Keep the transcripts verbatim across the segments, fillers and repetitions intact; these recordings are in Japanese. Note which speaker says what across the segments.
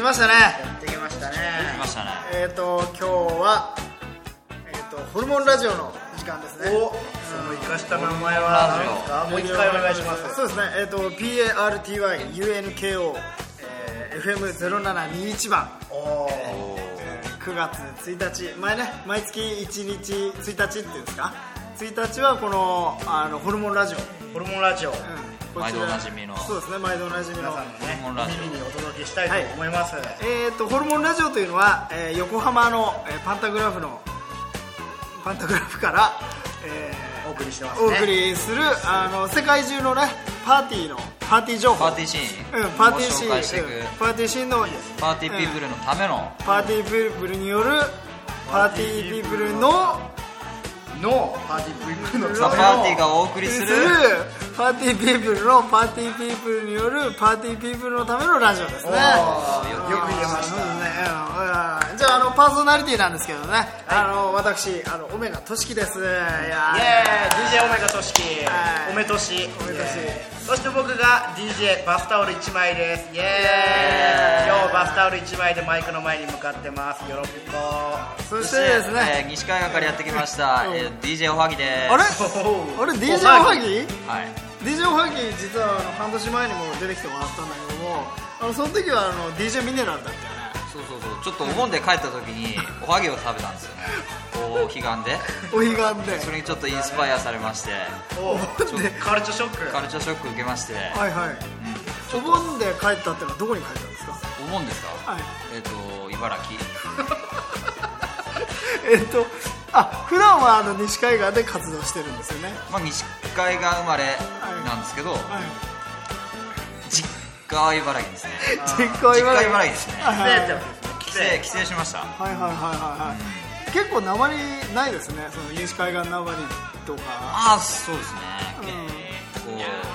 Speaker 1: ましたね。
Speaker 2: やってきましたね。
Speaker 3: やってましたね。
Speaker 1: えっ、ー、と今日はえっ、ー、とホルモンラジオの時間ですね。
Speaker 2: お、その生かした名前は何ですか？もう一回お願いします。
Speaker 1: そうですね。えっ、ー、と ピーエーアールティーワイユーエヌケーオー、えー、エフエムゼロななにいち 番。おー、えー、くがつついたち、前ね、毎月いちにちついたちっていうんですか。ついたちはこのあのホルモンラジオ。
Speaker 2: ホルモンラジオ。うん、
Speaker 3: 毎度おなじみの。
Speaker 1: そうですね、毎度おなじみの
Speaker 2: 皆さんのね、ホルモンラジオ耳にお届けしたいと思います。はい、
Speaker 1: えっ、ー、とホルモンラジオというのは、えー、横浜の、えー、パンタグラフのパンタグラフから、えー、
Speaker 2: お送りしてますね。
Speaker 1: お送りするあの世界中のねパーティーのパーティー情報、
Speaker 3: パーティーシーン、
Speaker 1: うん、パーティーシーン、
Speaker 3: 紹介していく、うん、
Speaker 1: パーティーシーンの
Speaker 3: パーティーピープルのための、
Speaker 1: うん、パーティーピープルによるパーティーピープルの
Speaker 2: のパーティーピープルの
Speaker 3: パーティーがお送りする
Speaker 1: パーティーピープルのパーティーピープルによるパーティーピープルのためのラジオですね。よ
Speaker 2: く言えましたね。
Speaker 1: うん、じゃあ、あのパーソナリティなんですけどね、はい、あの私あのオメガトシキです。いやー、
Speaker 2: イエーイ ディージェー オメガトシキ、おめとし、
Speaker 1: おめとし。
Speaker 2: そして僕が ディージェー バスタオルいちまいです。イエーイ。今日バスタオルいちまいでマイクの前に向かってます。よろぴこ。
Speaker 1: そしてですね、
Speaker 3: えー、西海岸からやってきました、うん、えー、ディージェー おはぎです。
Speaker 1: あれあれ ディージェー おはぎ、はい、ディージェー おはぎ実はあの半年前にも出てきてもらったんだけども、あのその時はあの ディージェー ミネラルだったよね。
Speaker 3: そうそうそう、ちょっとお盆で帰った時におはぎを食べたんですよね。お彼岸で
Speaker 1: お彼岸で
Speaker 3: それにちょっとインスパイアされまして、
Speaker 2: おカルチャーショック
Speaker 3: カルチャーショック受けまして、
Speaker 1: はいはい、うん、お盆で帰ったってのはどこに帰ったんですか？
Speaker 3: お盆ですか？はい、えっ、ー、と茨城
Speaker 1: えっとあ、普段はあの西海岸で活動してるんですよね。
Speaker 3: まあ西海岸生まれなんですけど、はいはい、実家は茨城ですね。
Speaker 1: 実家は茨城
Speaker 3: ですね。帰省帰省しました。
Speaker 1: はいはいはいはいはい、うん、結構訛りないですね、その西海岸訛りとか。
Speaker 3: ああ、そうですね、うん、結構、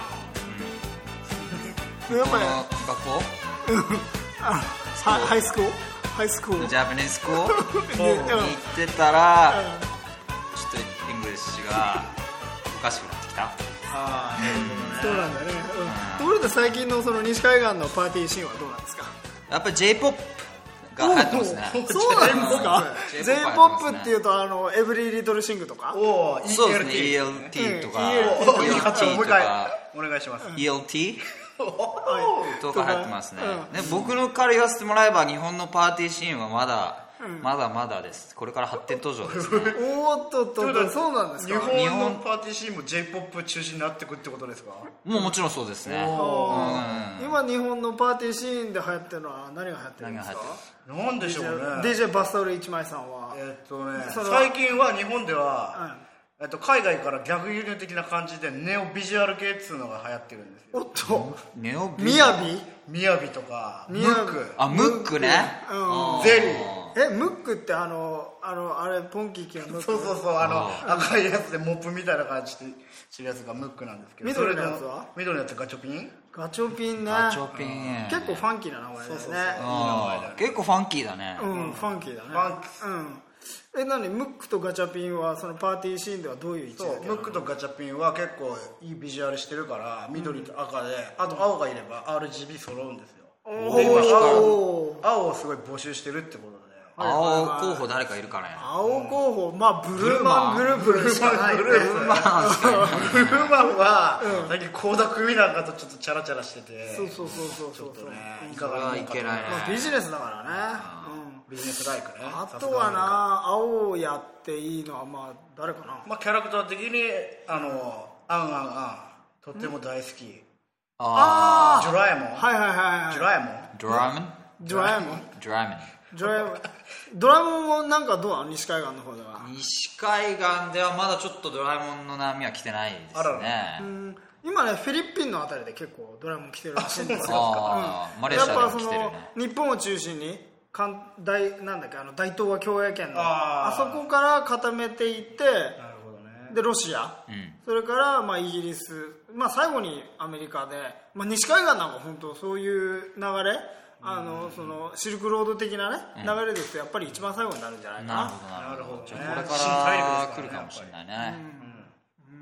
Speaker 3: うん、やっぱり学校
Speaker 1: あハイスクールハイスクール
Speaker 3: ジャパニーズスクールに行ってたら、うん、ちょっとイングリッシュがおかしくなってきた。
Speaker 1: ああ、そうなんだね、うん、ところで最近のその西海岸のパーティーシーンはどうなんですか？
Speaker 3: やっぱり J-ポップ が流行ってますね。
Speaker 1: そうなんですか？ J-ポップ っていうとあのエブリーリトルシングとか、
Speaker 3: おー、そうですね、イーエルティー とか、イーエルティー とか、
Speaker 2: お願いします。
Speaker 3: イーエルティー とか流行ってますね。で僕のから言わせてもらえば日本のパーティーシーンはまだうん、まだまだです。これから発展途上ですね。
Speaker 1: おーっとっとっと、そうなんですか？
Speaker 2: 日本のパーティーシーンも J-ポップ 中心になってくってことですか？
Speaker 3: もうもちろんそうですね。うん、
Speaker 1: 今日本のパーティーシーンで流行ってるのは何が流行ってるんですか？
Speaker 2: なんでしょうね。
Speaker 1: ディージェー バスタオルいちまいさんは、
Speaker 2: えーっとね、最近は日本では、うん、えっと海外から逆輸入的な感じでネオビジュアル系っつうのが流行ってるんですよ。
Speaker 1: おっと、
Speaker 3: ネオビ
Speaker 1: みやび
Speaker 2: みやびとかムック、
Speaker 3: あ、ムックね、
Speaker 2: うん、ゼリー。
Speaker 1: え、ムックってあのあのあれポンキー系のムック。
Speaker 2: そうそうそう、あの赤いやつでモップみたいな感じでしてるやつがムックなんですけど、
Speaker 1: 緑のやつは
Speaker 2: 緑のやつガチョピン。
Speaker 1: ガチョピンね。
Speaker 3: ガチョピン、
Speaker 1: 結構ファンキーな名前ですね。
Speaker 3: 結構ファンキーだね。
Speaker 1: うん、ファンキーだね。
Speaker 2: ファンキー。
Speaker 1: うん。え、何ムックとガチャピンはそのパーティーシーンではどういう位置？
Speaker 2: そう、ムックとガチャピンは結構いいビジュアルしてるから緑と赤で、あと青がいれば アールジービー 揃うんですよ。で今青青をすごい募集してるってことで。
Speaker 3: 青候補誰かいるかね？
Speaker 1: 青候補、まあブルーマングループしかない。
Speaker 3: ブルーマン
Speaker 2: ブルーマンは最近倖田來未なんかとちょっとチャラチャラしてて、
Speaker 1: そうそうそうそう、
Speaker 2: ちょっとね、いかがなもんかと。
Speaker 1: まあビジネスだからね。
Speaker 2: ビジネスライクね。
Speaker 1: あとはな、青をやっていいのはまあ誰かな。
Speaker 2: まあキャラクター的にあのアンアンアンとっても大好き。
Speaker 1: ああ、
Speaker 2: ドラえもん。
Speaker 1: はいはいはい。
Speaker 2: ドラえもん。
Speaker 3: ドラえもん。
Speaker 1: ドラえもん。
Speaker 3: ドラえもん。
Speaker 1: ドラえもん。ドラえもんもなんかどうなの？西海岸の方では。
Speaker 3: 西海岸ではまだちょっとドラえもんの波は来てないですね。
Speaker 1: うん、今ねフィリピンのあたりで結構ドラえもん来てるらしいんですよ。
Speaker 3: あ、うん、マレーシアでも来てるね。やっぱ
Speaker 1: その日本を中心に大なんだっけ、あの大東亜共栄圏の あ, あそこから固めていって、なるほどね、でロシア、うん、それからまあイギリス、まあ最後にアメリカで、まあ、西海岸なんか本当そういう流れ。あのそのシルクロード的なね、うん、流れでいくとやっぱり一番最後になるんじゃないかな。
Speaker 3: なるほどなるほど。これから来るかもしれないね。
Speaker 1: うんうん、ドラ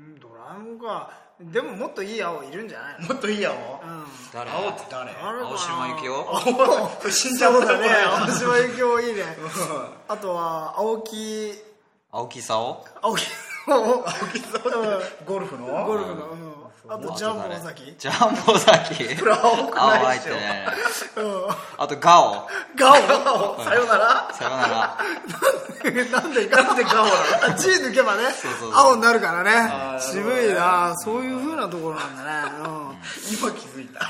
Speaker 1: あのか。でももっといい青いるんじゃないの？
Speaker 2: もっといい青、うん、
Speaker 3: 誰？
Speaker 2: 青って誰？
Speaker 3: 青島由紀
Speaker 2: 夫？死んじゃったね。
Speaker 1: 青島由紀夫いいね。あとは青木
Speaker 3: 青木沙央
Speaker 1: 青木
Speaker 2: 青木沙央ゴルフの
Speaker 1: ゴルフの、うん、あとジャンボ尾崎
Speaker 3: ジャンボ尾崎
Speaker 2: これ青くないっすよ。
Speaker 3: あとガオ
Speaker 1: ガ
Speaker 2: オさよなら
Speaker 3: さよなら
Speaker 1: なんで
Speaker 2: なんでガオなの？
Speaker 1: G 抜けばね青になるからね。渋いな。そういう風なところなんだね、うん、
Speaker 2: 今気づいた。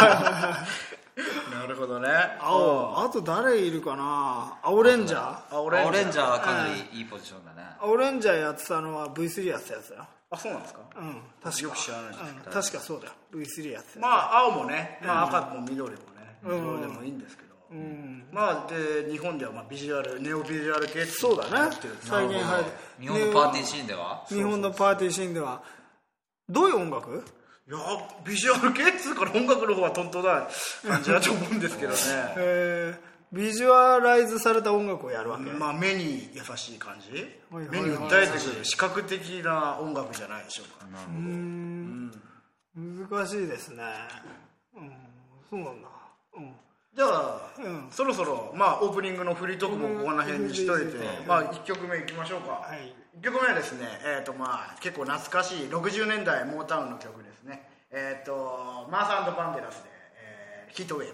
Speaker 2: なるほどね。
Speaker 1: 青あと誰いるかな。青レンジャー
Speaker 3: 青レンジャーはかなりいいポジションだね。
Speaker 1: 青レンジャーやってたのは ブイスリー やってたやつだよ。
Speaker 2: あ、そうなんですか？
Speaker 1: うん、確か
Speaker 2: よく知らない、
Speaker 1: うん、確かそうだよ。 ブイスリー やってた。
Speaker 2: まあ青もね、まあ、赤も緑もね、どれでもいいんですけど、うん、まあで日本ではまあビジュアルネオビジュアル系って
Speaker 1: そうだね。再現入る。
Speaker 3: 日本のパーティーシーンでは
Speaker 1: 日本のパーティーシーンではどういう音楽？
Speaker 2: いやビジュアル系っつうから音楽の方はトントンな感じだと思うんですけどね。
Speaker 1: へー、ビジュアライズされた音楽をやるわけ？
Speaker 2: まあ目に優しい感じ、目に訴えてくる視覚的な音楽じゃないでしょうか。
Speaker 1: うーん、難しいですね。うん、そうなんだ。うん、
Speaker 2: じゃあ、うん、そろそろまあオープニングのフリートークもこんな辺にしといて、まあいっきょくめいきましょうか。はい、いっきょくめはですね、えーとまあ結構懐かしいろくじゅうねんだいモータウンの曲ですね。えーとマーサ&バンデラスで、えー、ヒートウェーブ。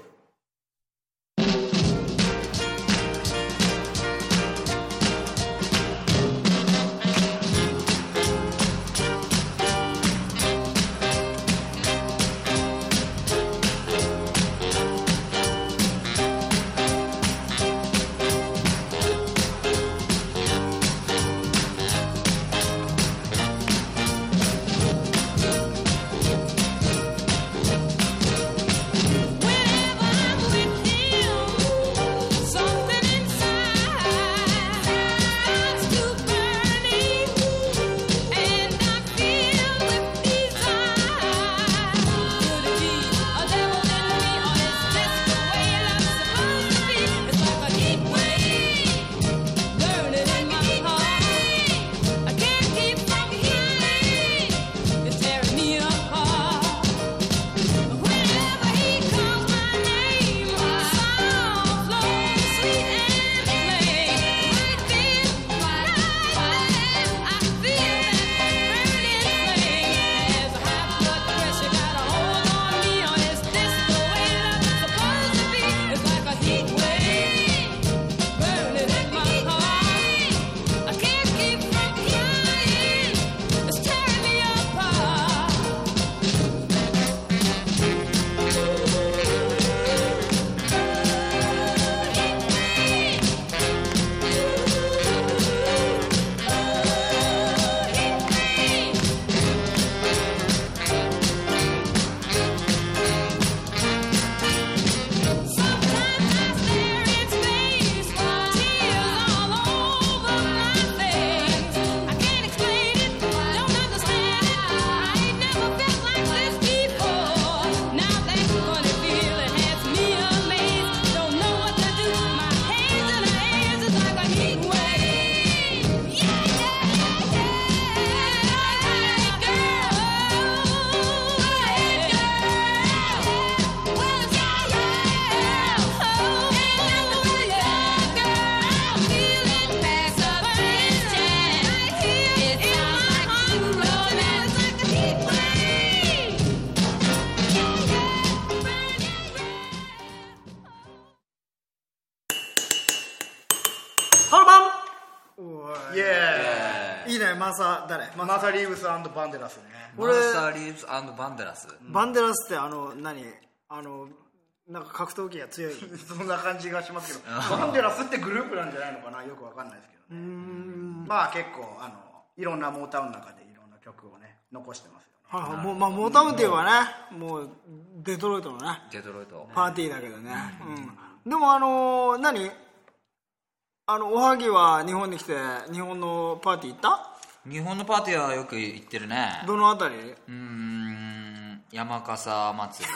Speaker 1: マーサ誰
Speaker 2: マーサリーブス&バンデラスね。
Speaker 3: マーサリーブス&バンデラス、
Speaker 1: うん、バンデラスってあの何あのなんか格闘技が強い
Speaker 2: そんな感じがしますけどバンデラスってグループなんじゃないのかな、よくわかんないですけどね。うーん、まあ結構あのいろんなモータウンの中でいろんな曲をね残してますよね。
Speaker 1: はいはい、もうまあモータウンっていうかね、もうデトロイトのね
Speaker 3: デトロイト
Speaker 1: パーティーだけどね、うん、でもあの何あのおはぎは日本に来て日本のパーティー行った？
Speaker 3: 日本のパーティーはよく行ってるね。
Speaker 1: どのあたり？
Speaker 3: うーん山笠祭り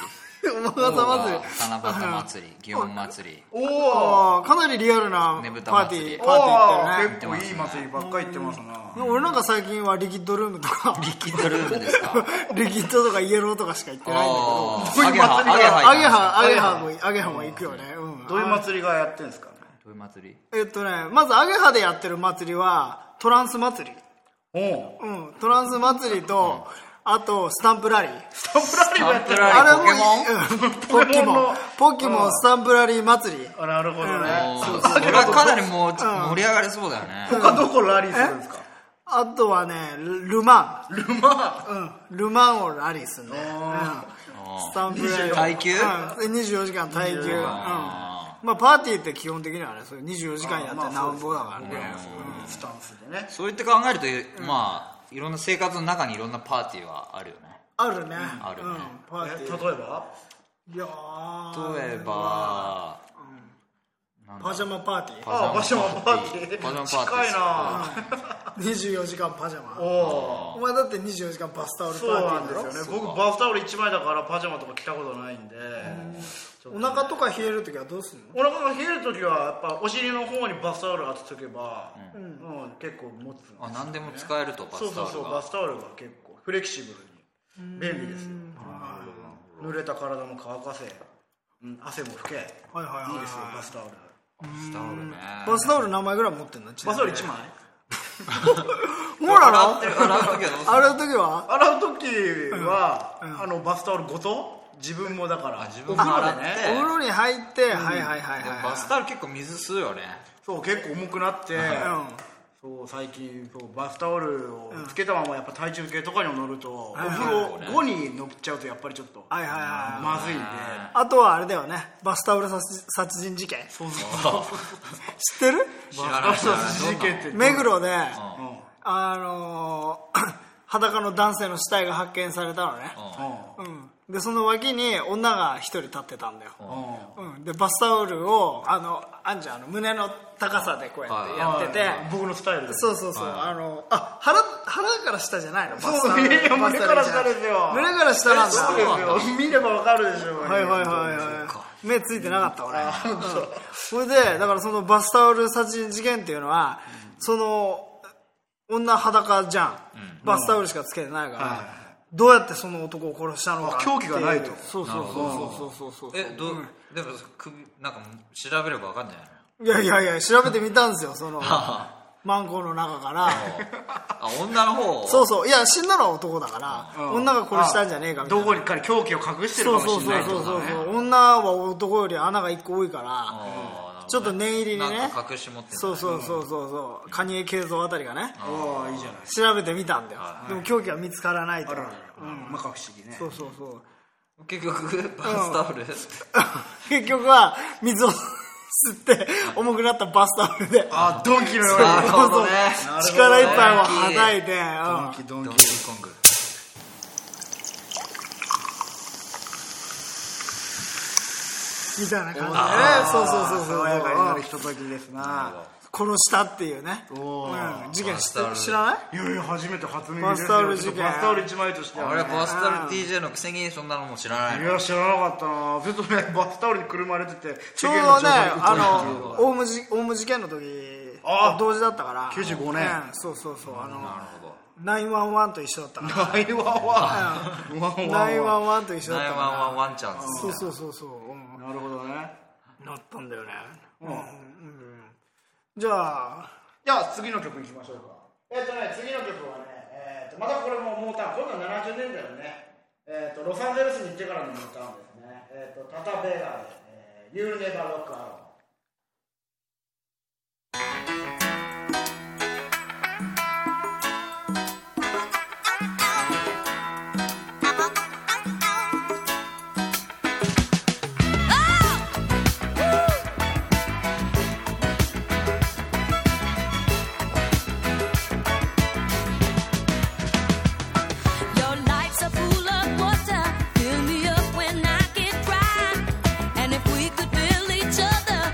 Speaker 1: 雨傘祭り、
Speaker 3: 七夕祭り、祇園祭り、
Speaker 1: おお、かなりリアルなパーティーパーティー行ってるね。
Speaker 2: 結構いい祭りばっかり行ってますな。
Speaker 1: 俺なんか最近はリキッドルームとか
Speaker 3: リキッドルームですか
Speaker 1: リキッドとかイエローとかしか行ってないんだけど、
Speaker 3: アゲハアゲハ
Speaker 1: アゲハアゲハもアゲハも行くよね。
Speaker 2: どういう祭りがやってるんですかね。
Speaker 3: どういう祭り？
Speaker 1: えっとね、まずアゲハでやってる祭りはトランス祭り。
Speaker 2: お
Speaker 1: うん、トランス祭りと、あとスタンプラリー。
Speaker 2: スタンプラリーもやってる。
Speaker 3: あれも
Speaker 1: ポケモンポケモンスタンプラリー祭り。
Speaker 2: あ、なるほどね。
Speaker 3: それはかなりもう盛り上がりそうだよね。
Speaker 2: 他どこラリーするんですか？
Speaker 1: あとはね、ルマ
Speaker 2: ン。ルマ
Speaker 1: ン。うん、ルマンをラリーするね。スタンプラリー。
Speaker 3: 耐久？
Speaker 1: うん、にじゅうよじかん耐久。うん。まあパーティーって基本的にはね、それにじゅうよじかんやってなんぼだからね。
Speaker 2: スタンスでね。
Speaker 3: そう言って考えると、まあいろんな生活の中にいろんなパーティーはあるよね。
Speaker 1: あるね。
Speaker 3: あるね。
Speaker 2: パーティー。例えば？
Speaker 1: いや
Speaker 3: ー。例えば。
Speaker 1: パジャマパーティー。
Speaker 2: ああ、パジャマパーティー。
Speaker 3: パジャマパーティー。
Speaker 2: 近いな。
Speaker 1: にじゅうよじかんパジャマ。
Speaker 2: お
Speaker 1: お前だってにじゅうよじかんバスタオルパーティーだろ。
Speaker 2: そうなんですよね。僕バスタオルいちまいだからパジャマとか着たことないんで。
Speaker 1: お腹とか冷えるときはどうする
Speaker 2: の？お腹が冷えるときはやっぱお尻の方にバスタオル当てとけば、うんうん、結構持つんですよね。
Speaker 3: あ、何でも使えるとバスタオルが。
Speaker 2: そうそうそう、バスタオルが結構フレキシブルに便利ですよ。濡れた体も乾かせ、うん、汗も拭け、はいはいはい、いいですよバスタオル。
Speaker 3: バスタオルね。
Speaker 1: バスタオル何枚ぐらい持ってんの？
Speaker 2: バスタオルいちまい。
Speaker 1: ほらな。
Speaker 3: 洗う時は
Speaker 1: 洗う時は？
Speaker 2: 洗う時は、うん、あのバスタオルごと自分もだから
Speaker 3: 自分も洗って
Speaker 1: お風呂に入って、うん、はいはいはいはい。
Speaker 3: バスタオル結構水吸うよね。
Speaker 2: そう結構重くなって。うんそう最近そうバスタオルをつけたままやっぱ体重計とかに乗ると、うん、お風呂後に乗っちゃうとやっぱりちょっとまずいんで、
Speaker 1: あとはあれだよね、バスタオル殺人事件。そうそう知ってる？
Speaker 3: 知らない。
Speaker 2: バスタオル殺人事件って
Speaker 1: 目黒で、うん、あのー、裸の男性の死体が発見されたのね、うんうんでその脇に女が一人立ってたんだよ、うん、でバスタオルをあのあんじゃんあの胸の高さでこうやってやってて、
Speaker 2: 僕のスタイルで
Speaker 1: そうそうそう、あのあ腹腹から下じゃないの？
Speaker 2: そうそう、胸から下ですよ。
Speaker 1: 胸から下なんだ。
Speaker 2: そうですよ、見ればわかるでしょ。
Speaker 1: はいはいはいはい目ついてなかった俺。それでだからそのバスタオル殺人事件っていうのは、その女裸じゃん、バスタオルしかつけてないから、どうやってその男を殺したのか、
Speaker 2: 凶器がないと。
Speaker 1: そうそうそうそうそうそう。
Speaker 3: えどう、でもなんか調べればわかんないの？
Speaker 1: いやいやいや調べてみたんですよ、そのマンゴーの中から。
Speaker 3: あ、女の方。
Speaker 1: そうそう、いや死んだのは男だから、女が殺したんじゃねえかみたいな。
Speaker 2: どこにか凶器を隠してるかもしれない。
Speaker 1: そうそうそうそう、女は男より穴が一個多いから、ちょっと念入りにね、
Speaker 3: なんか隠し持ってる。
Speaker 1: そうそうそうそうそう、カニエ慶三あたりがね、
Speaker 2: ああいいじゃない。
Speaker 1: 調べてみたんだよ。でも凶器は見つからないと。
Speaker 2: まか不思議ね。
Speaker 1: そうそうそう。
Speaker 3: 結局バスタオル。
Speaker 1: 結局は水を吸って重くなったバスタオルで。
Speaker 2: あ、ドンキのように。
Speaker 3: なるほどね。
Speaker 1: 力いっぱいをはたいて。
Speaker 2: ドンキドンキコング。
Speaker 1: みたいな感じでね。そうそうそうそう。
Speaker 2: 爽やかになるひとときですな。
Speaker 1: 殺したっていうね、うん、事件知らない？
Speaker 2: いやいや初めて初耳ですよ。
Speaker 1: バスタオル事件。
Speaker 2: バスタオルいちまいとしては、
Speaker 3: 俺はバスタオル ティージェー のくせにそんなのも知らない。
Speaker 2: いや知らなかったな。ずっとねバスタオルにくるまれてて、
Speaker 1: ちょうどねあのオウム事オウム事件の時同時だったから
Speaker 2: きゅうじゅうごねん、
Speaker 1: そうそうそう、あのナインワンワンと一緒だったから。
Speaker 2: ナインワンワン
Speaker 1: ナインワンワンと一緒だったから。
Speaker 3: ナインワンワンワンちゃん。
Speaker 1: そうそうそうそう。
Speaker 2: なるほどね。
Speaker 1: なったんだよね。うん。じゃあ
Speaker 2: じゃあ次の曲いきましょうか。えっとね次の曲はね、えー、とまたこれもモータウン、今度はななじゅうねんだいのね、えー、とロサンゼルスに行ってからのモータウンですね。えっ、ー、とタタ・ベーガーで、えー、You Never Rock Alone。
Speaker 4: Fill me up when I get dry, and if we could feel each other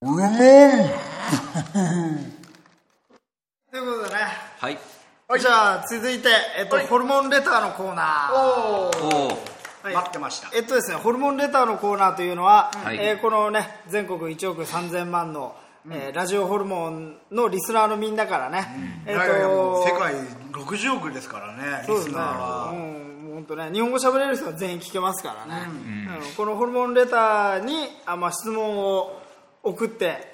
Speaker 1: ということでね、
Speaker 3: はい、
Speaker 1: じゃあ続いて、えっと、ホルモンレターのコーナー。お
Speaker 2: ー、はい、待ってました。
Speaker 1: えっとですね、ホルモンレターのコーナーというのは、はい、えー、このね全国いちおくさんぜんまんの、うんえー、ラジオホルモンのリスナーのみんなからね、
Speaker 2: うん、えー、といやいやもう世界ろくじゅうおくですからね、リスナーは。
Speaker 1: うん、もう本当ね、日本語喋れる人は全員聞けますからね、うんうん、このホルモンレターにあ、まあ、質問を送って、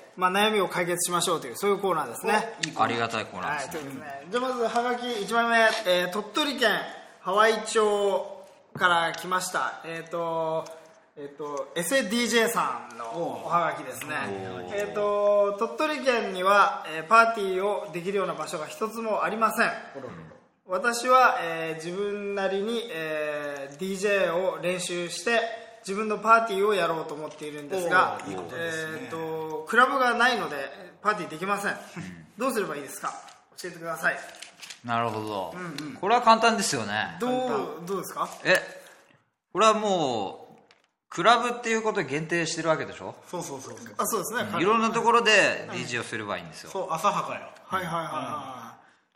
Speaker 1: まあ、悩みを解決しましょうという、そういうコーナーですね。
Speaker 3: いいありがたいコーナーですね。はい、ということですね。
Speaker 1: じゃあまずはがきいちまいめ、えー、鳥取県ハワイ町から来ました、えーとえー、とエセ ディージェー さんのおはがきですね。えーと鳥取県には、えー、パーティーをできるような場所が一つもありません。私は、えー、自分なりに、えー、ディージェー を練習して自分のパーティーをやろうと思っているんですが、いいことですね。えーとクラブがないのでパーティーできません。どうすればいいですか、教えてください。
Speaker 3: なるほど、うんうん、これは簡単ですよね。
Speaker 1: どう、どうですか。
Speaker 3: えこれはもうクラブっていうことで限定してるわけでしょ。
Speaker 2: そうそうそう
Speaker 1: あ、そうですね、
Speaker 3: いろんなところで ディージェー をすればいいんですよ。
Speaker 2: そう、浅はかよ。
Speaker 1: はいはいはい、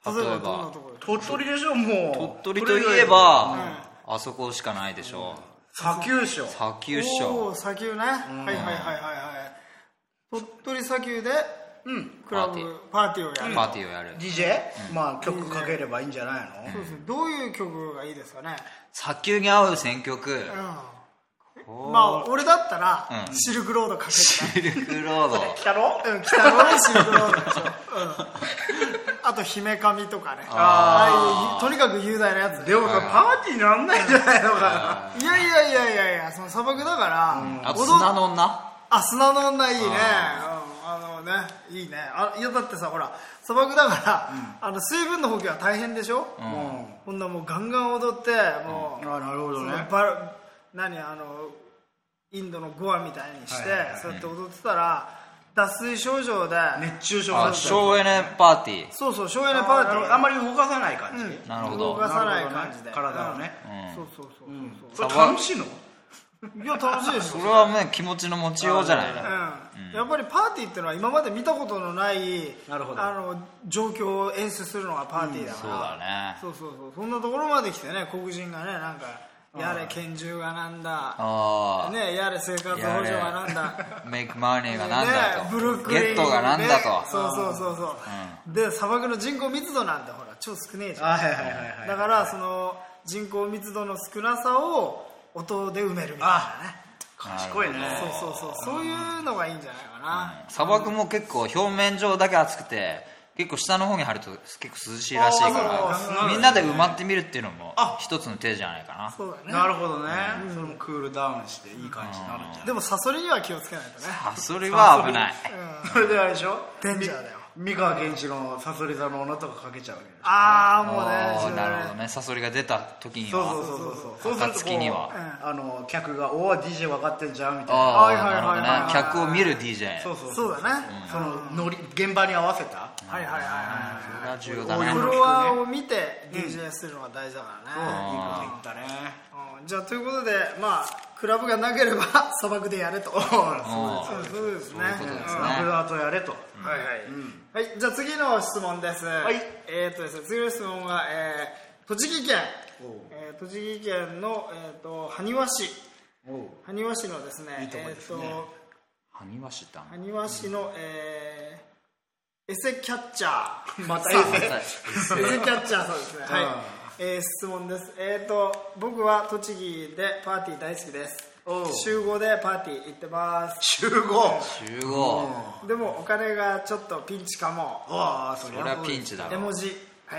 Speaker 3: うん、例えば
Speaker 2: 鳥取でしょ。も
Speaker 3: う鳥取といえば、うん、あそこしかないでしょ。
Speaker 2: 砂丘省。
Speaker 3: 砂丘省。
Speaker 1: おお、砂丘ね、うん、はいはいはいはいはい。鳥取砂丘で、うん、クラブパーティーをやる。
Speaker 3: パーティーをやる。
Speaker 2: ディージェー、うん、まあ曲かければいいんじゃないの。
Speaker 1: そうですね。どういう曲がいいですかね。
Speaker 3: 砂丘に合う選曲。うん。
Speaker 1: まあ俺だったら、うん、シルクロードかけて、
Speaker 3: シルクロード
Speaker 2: 北の
Speaker 1: うん北のねシルクロードでしょ、うん、あと姫神とかね、ああとにかく雄大なやつ。
Speaker 2: でもさパーティーなんないんじゃないのかな。
Speaker 1: いやいやいやいやいや、その砂漠だから、うん、
Speaker 3: あと砂の女。
Speaker 1: あ、砂の女いいね。あ,、うん、あのねいいね。あ、いやだってさほら砂漠だから、うん、あの水分の補給は大変でしょ、うん、ほんなもうガンガン踊ってもう、
Speaker 2: うん、あ、なるほどね。
Speaker 1: 何あのインドのゴアみたいにして、はいはいはい、そうやって踊ってたら、うん、脱水症状で
Speaker 2: 熱中症だ。
Speaker 3: 省エネパーティー。
Speaker 1: そうそう、省エネパーティー。
Speaker 2: あんまり動かさない感じ、うん、
Speaker 3: なるほど。
Speaker 1: 動かさない感じで、
Speaker 2: ね、体をね、
Speaker 1: うん、そうそうそうそう、うん、
Speaker 2: それ楽しいの。
Speaker 1: いや楽しいです。
Speaker 3: それはね気持ちの持ちようじゃないの、
Speaker 1: うんうん、やっぱりパーティーっていうのは今まで見たことのないあの状況を演出するのがパーティーだから、うん、
Speaker 3: そうだね。
Speaker 1: そうそうそう、そんなところまで来てね、黒人がねなんかやれ拳銃がなんだ、ね、やれ生活保助がなんだ、
Speaker 3: メイクマネーがなんだと、
Speaker 1: ね、ブルックリン
Speaker 3: ゲットがなんだと、
Speaker 1: そうそうそうそう、うん、で砂漠の人口密度なんてほら超少ねえじゃん。だからその人口密度の少なさを音で埋めるみたいなね。
Speaker 2: 賢いね。
Speaker 1: そうそうそう、そういうのがいいんじゃないかな、
Speaker 3: うん、砂漠も結構表面上だけ暑くて結構下の方に入ると結構涼しいらしいからみんなで埋まってみるっていうのも一つの手じゃないかな。
Speaker 1: そうだね。
Speaker 2: なるほどね、うん、それもクールダウンしていい感じになるんじゃない。
Speaker 1: でもサソリには気をつけないとね。
Speaker 3: サソリは危ない、
Speaker 2: うん、それであれでしょ、
Speaker 1: デンジャーだよ。
Speaker 2: 三河健一のサソリ座の女とかかけちゃうわけでしょ。
Speaker 1: ああもうね、
Speaker 3: なるほどね。サソリが出た時には、
Speaker 2: そうそうそうそう、
Speaker 3: 暁には、
Speaker 2: うん、あの客が「おお ディージェー 分かってんじゃん」みたいな。
Speaker 1: はいはいはいはい、
Speaker 3: 客を見る ディージェー。
Speaker 2: そうそう
Speaker 1: そうだね、
Speaker 2: うん、そのノリ現場に合わせた、
Speaker 1: はいはいはいはい、
Speaker 3: それが重要だね。
Speaker 1: フロアを見て ディージェー するのが大事だからね、
Speaker 2: うん、いいこと言ったね、
Speaker 1: うん、じゃあということでまあクラブがなければ砂漠でやれと。そうですね、
Speaker 2: クラブとやれと。
Speaker 1: はいはい、うん、はい、じゃあ次の質問です。はい、えー、っとですね、次の質問は、えー、栃木県、えー、栃木県の、えー、っと埴輪市、埴輪市のですね、
Speaker 2: いいとこですね、
Speaker 1: えー、っと
Speaker 3: 埴輪市って
Speaker 1: 埴輪市の、えー、エセキャッチャー、
Speaker 2: またエセ
Speaker 1: エセキャッチャー、そうですね、はい、えー、質問です。えー、っと僕は栃木でパーティー大好きです。週ごでパーティー行ってます。
Speaker 2: 週ご
Speaker 3: 週ご
Speaker 1: でもお金がちょっとピンチかも。
Speaker 3: ああ、それはピンチだろ。
Speaker 1: 絵文字、はい、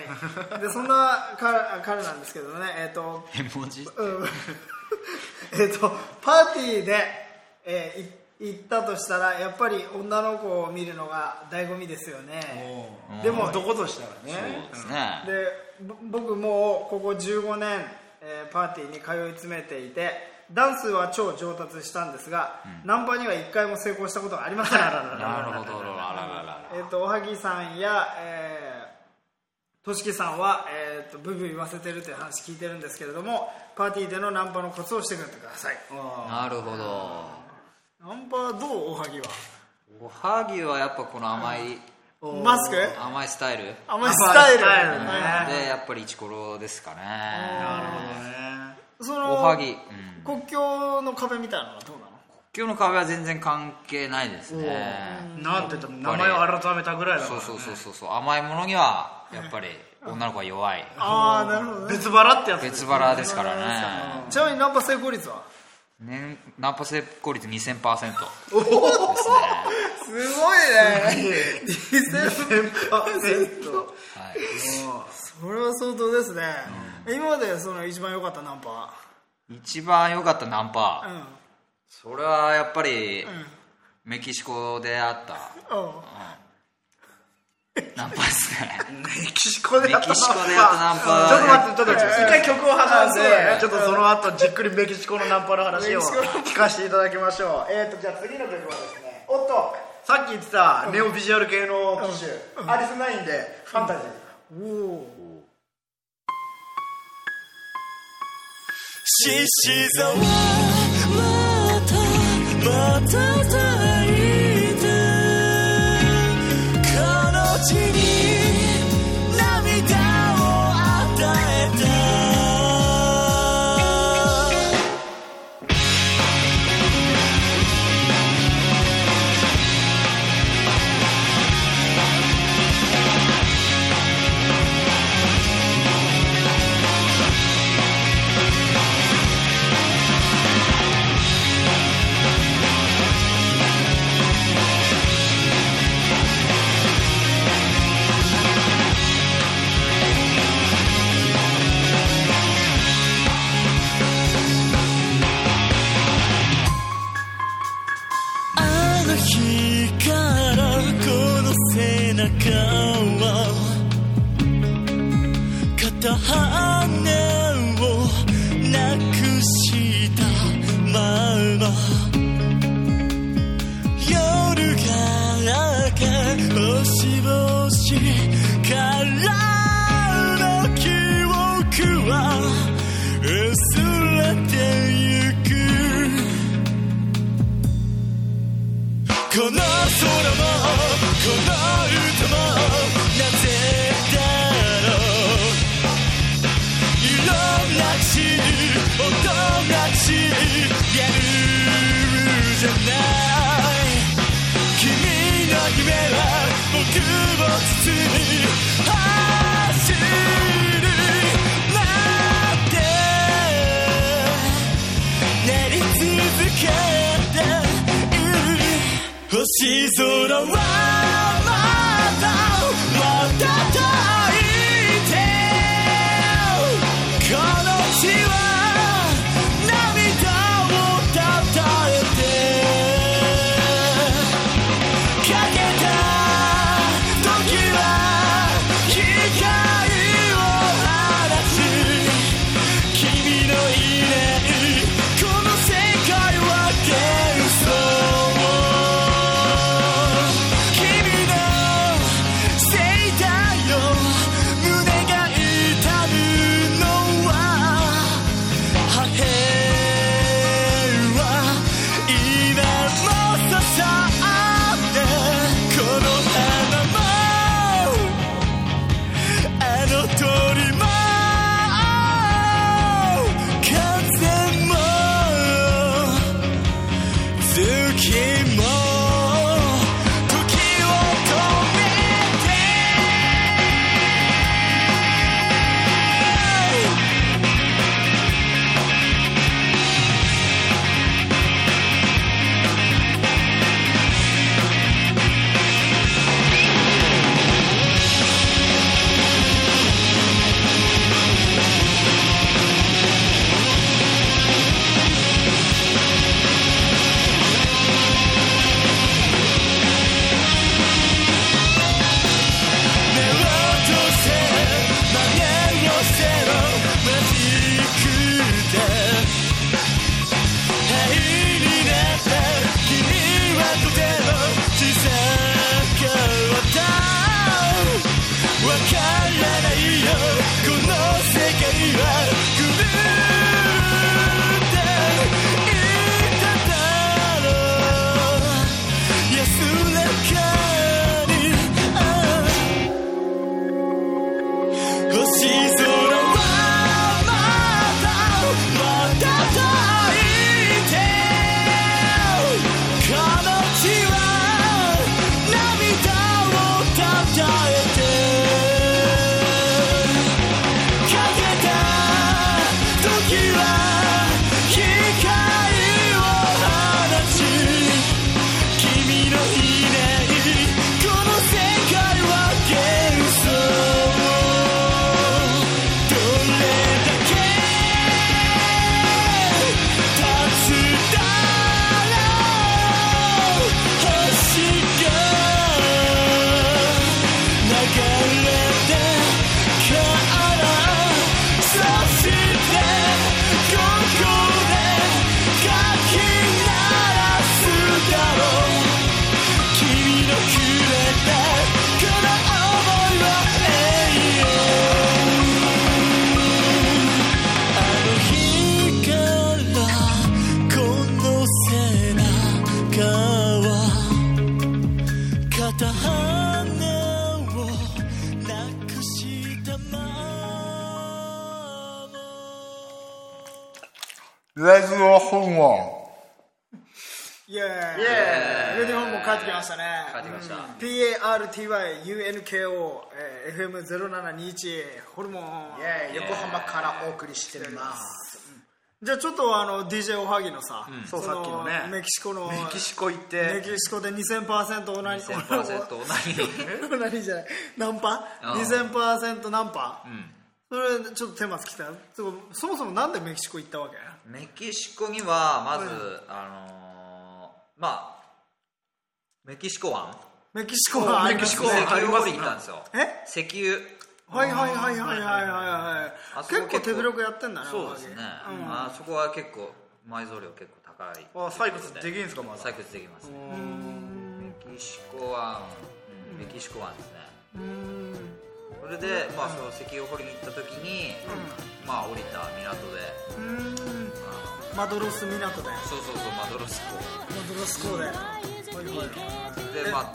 Speaker 1: でそんな彼, 彼なんですけどね、えっ、ー、と
Speaker 3: 絵文字、
Speaker 1: うん、えっとパーティーで、えー、行ったとしたらやっぱり女の子を見るのが醍醐味ですよね。
Speaker 2: でも男としたらね。
Speaker 3: そうですね。
Speaker 1: で僕もうここじゅうごねん、えー、パーティーに通い詰めていて、ダンスは超上達したんですが、うん、ナンパにはいっかいも成功したことがありません。
Speaker 3: なるほど。
Speaker 1: えっとおはぎさんや、えー、としきさんは、えー、とブイブイ言わせてるという話聞いてるんですけれども、パーティーでのナンパのコツをしてくれてください。
Speaker 3: なるほど。
Speaker 1: ナンパはどう？おはぎは
Speaker 3: おはぎはやっぱこの甘い、
Speaker 1: うん、マスク
Speaker 3: 甘いスタイル
Speaker 1: 甘いスタイル、ね、
Speaker 3: でやっぱりイチコロですかね。
Speaker 2: なるほどね。
Speaker 1: その
Speaker 3: おはぎ、うん、
Speaker 1: 国境の壁みたいなのはどうなの？
Speaker 3: 国境の壁は全然関係ないですね。
Speaker 2: なんて言っても名前を改めたぐらいだから、ね、
Speaker 3: そうそうそうそう、甘いものにはやっぱり女の子は弱い。
Speaker 1: ああなるほど、ね、
Speaker 2: 別腹ってやつ
Speaker 3: です。別腹ですからね。
Speaker 1: ちなみにナンパ成功率は？
Speaker 3: 年ナンパ成功率 にせんパーセント
Speaker 1: おおですね。すごいね。にせんパーセント。はい。それは相当ですね。うん、今までその一番良かったナンパ。
Speaker 3: 一番良かったナンパ。うん、それはやっぱり、うん、メキシコであった。うん。ナンパですね。
Speaker 2: メキシコでやったナンパ。
Speaker 3: メキシコでやったナンパ。
Speaker 2: ちょっと待って、ちょっと一回曲を挟んで、ちょっとその後じっくりメキシコのナンパの話を聞かせていただきましょう。えっとじゃあ次の曲はですね、おっとさっき言ってたネオビジュアル系の機種、アリスナインでファンタジー。おお。
Speaker 4: 獅子座はまたまた抱いて地に涙を与えた片羽をなくしたまま夜が明け星々からの記憶は薄れてゆくこの空もこの歌もなぜだろう色なし音なしやるじゃない君の夢は僕を包み走るなんてなり続けている星空はまだまだ抱いてこの地は涙をたたえてかけた時は光を放つ君のいないこの世界は幻想君
Speaker 2: レズの本を
Speaker 1: イエーイ、ユニフォームも帰ってきましたね。
Speaker 3: 帰ってきました。
Speaker 1: ピーエーアールティーワイユーエヌケーオー エフエムゼロななにいち ホルモン、
Speaker 2: 横浜からお送りしてます。
Speaker 1: じゃあちょっとあの ディージェー おはぎのさ、
Speaker 2: うん、そうさっきのね
Speaker 1: メキシコの
Speaker 2: メキシコ行って
Speaker 1: メキシコで にせんパーセント オナニー
Speaker 3: にせんパーセント オナニー
Speaker 1: オナニーじゃないナンパ にせんパーセント ナンパ、うん、それちょっと手間つきたい。そもそもなんでメキシコ行ったわけ？
Speaker 3: メキシコにはまず、うん、あのー、まあメキシコ湾
Speaker 1: メキシコ湾
Speaker 3: メキシコ湾石油掘りに行ったんですよ。
Speaker 1: え
Speaker 3: 石油
Speaker 1: はいはいはいはいはいはいはい結構手広くやってんだね。
Speaker 3: そうですね、うん、あそこは結構埋蔵量結構高い。
Speaker 2: あ採掘できるんですか？まだ
Speaker 3: 採掘できますね。メキシコ湾、うん、メキシコ湾ですね。うんそれで、まあ、その石油を掘りに行った時に、うん、まあ降りた港でうん
Speaker 1: マドロス港で
Speaker 3: そうそうそうマドロス港
Speaker 1: マドロス港で、うん、
Speaker 3: でまあ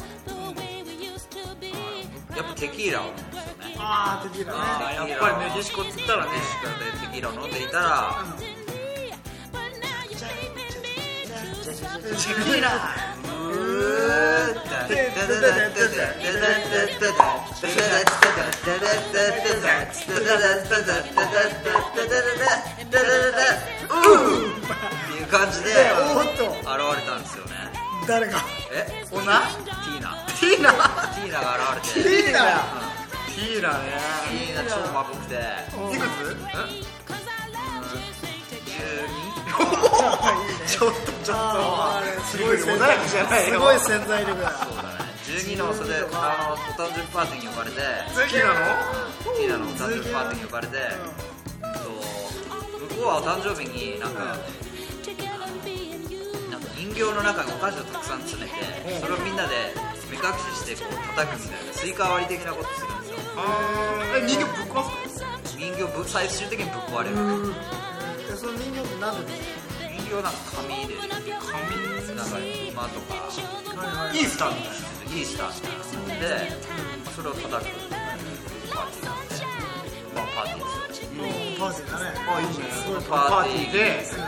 Speaker 3: やっぱテキーラを飲むんですよね。
Speaker 1: ああテキーラね。
Speaker 2: あやっぱりメキシコっつったらね
Speaker 3: テキーラを飲んでいたら、うん、テキーラうーっていう感じで現れたんですよね。
Speaker 1: 誰が？
Speaker 3: え？
Speaker 2: オナ？
Speaker 3: ティーナ。
Speaker 2: ティーナ。
Speaker 3: ティーナが現れて。
Speaker 2: ティーナ。ティーナね。
Speaker 3: ティーナ超まぶくて。
Speaker 2: いくつ？
Speaker 3: じゅうに？
Speaker 2: ちょっとちょっと。すごい穏やかじゃないよ。
Speaker 1: すごい潜在力だ。
Speaker 3: そうだね。じゅうにのそれであのお誕生日パーティーに呼ばれて。
Speaker 2: ティーナの？
Speaker 3: ティーナのお誕生日パーティーに呼ばれて。向こうはお誕生日になんか。人形の中にお菓子をたくさん詰めて、それをみんなで目隠ししてこう叩くみたいなスイカ割り的なことするんですよ。
Speaker 2: え人形ぶっ壊す？
Speaker 3: 人形ぶ最終的にぶっ壊れる。
Speaker 1: えその人形って何で？
Speaker 3: 人形なんか紙で紙なんか馬とか
Speaker 2: イースターみたい
Speaker 3: なイースターみたいなでそれを叩くパーティーなんで、まあパーティーですよ。
Speaker 1: パーティーだね。
Speaker 2: あいいじゃない。
Speaker 3: すごいパーティーで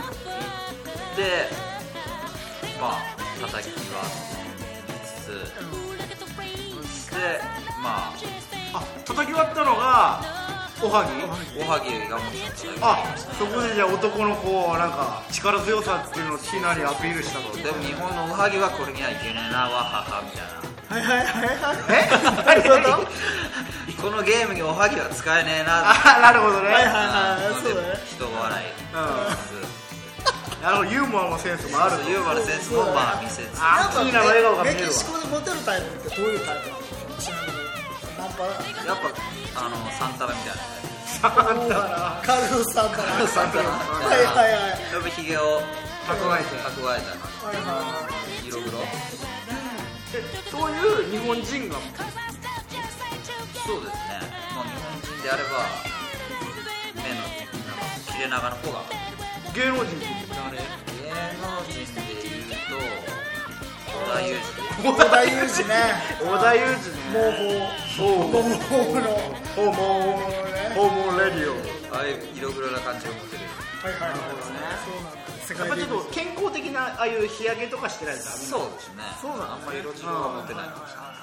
Speaker 3: でまあ叩きはつつ、そしてまあ
Speaker 2: あ叩き割ったのがおは
Speaker 3: ぎおはぎがもちろん叩き割り
Speaker 2: あそこでじゃあ男のこうなんか力強さっていうのをティーナにアピールしたと。
Speaker 3: でも日本のおはぎはこれにはいけねえなわははみたいな。
Speaker 1: はいはいはいはい
Speaker 2: え
Speaker 3: このゲームにおはぎは使えねえな
Speaker 2: あなるほどね。
Speaker 1: はいはいはいそうだね。
Speaker 3: 人笑い
Speaker 2: なるほどユーモアのセンスもある。
Speaker 3: ユーモアのセンスもまあ見せつつ
Speaker 2: あティーナの笑顔が見えるわ。
Speaker 1: メキシコでモテるタイプってどういうタイプなの？ちなみにナンパ
Speaker 3: やっぱあのサンタナみたいな
Speaker 2: サンタナ
Speaker 1: カルロスサンタナ
Speaker 3: カルロスサンタナ
Speaker 1: はいはいはい
Speaker 3: やっぱヒゲを
Speaker 2: 蓄えて
Speaker 3: 蓄えた
Speaker 1: はいはい
Speaker 3: 色黒
Speaker 2: そういう日本人が
Speaker 3: そうですね。まあ日本人であれば目のなんか切れ長の子が
Speaker 2: 芸能人って誰？
Speaker 3: 芸能人でいうと織田裕二
Speaker 1: 織田裕二ね
Speaker 2: 織田裕二ね
Speaker 1: もうもうもうの
Speaker 2: ホモホモレディオ
Speaker 3: ああいう色黒な感じを持ってる。
Speaker 1: はいはいはいそうなんだ。
Speaker 2: やっぱちょっと健康的なああいう日焼けとかしてないとダメ。
Speaker 3: そうですね。
Speaker 1: そうなんだ。
Speaker 3: あんまり色白は持ってないかもしれない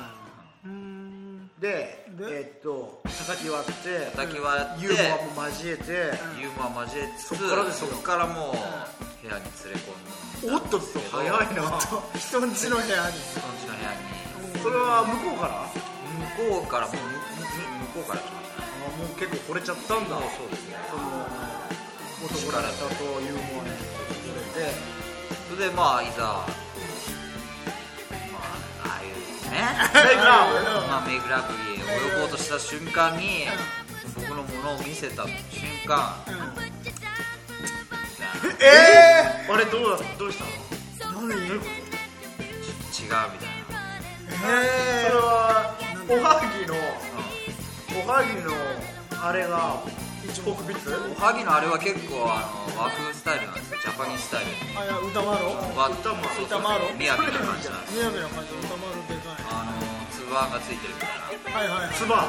Speaker 2: で、えっと叩き割って
Speaker 3: 叩き割って
Speaker 2: ユーモアも交えて
Speaker 3: ユーモア交えつつ
Speaker 2: そこからですよ。
Speaker 3: そこからもう部屋に連れ込んで
Speaker 2: おっとっと早いな。
Speaker 1: 人んちの部屋に
Speaker 3: 人んちの部屋に
Speaker 2: それは向こうから
Speaker 3: 向こうからもう向こうから来ましたね。
Speaker 2: もう結構惚れちゃったんだ。
Speaker 3: そうですね。
Speaker 2: その男らしさとユーモアに惚れて
Speaker 3: それでまあいざまあああいうね
Speaker 2: メイクラブ
Speaker 3: まあメイクラブに泳ごうとした瞬間に僕のものを見せた瞬間
Speaker 2: えーあれどうだどうしたの？
Speaker 1: 何？
Speaker 3: 違うみたいな。
Speaker 1: え
Speaker 2: それはおはぎのおはぎのあれが北筆？
Speaker 3: おはぎのあれは結構あの和風スタイルなんですよ。ジャパニーズスタイル。
Speaker 1: あいや歌丸
Speaker 3: 和
Speaker 1: 歌丸
Speaker 3: そうそう
Speaker 1: 歌丸
Speaker 3: みやびな感じなんです。
Speaker 1: みやびな感じ歌丸でかい。
Speaker 3: あのつぶあんがついてるみたいな。
Speaker 1: はいはいはい。
Speaker 2: つば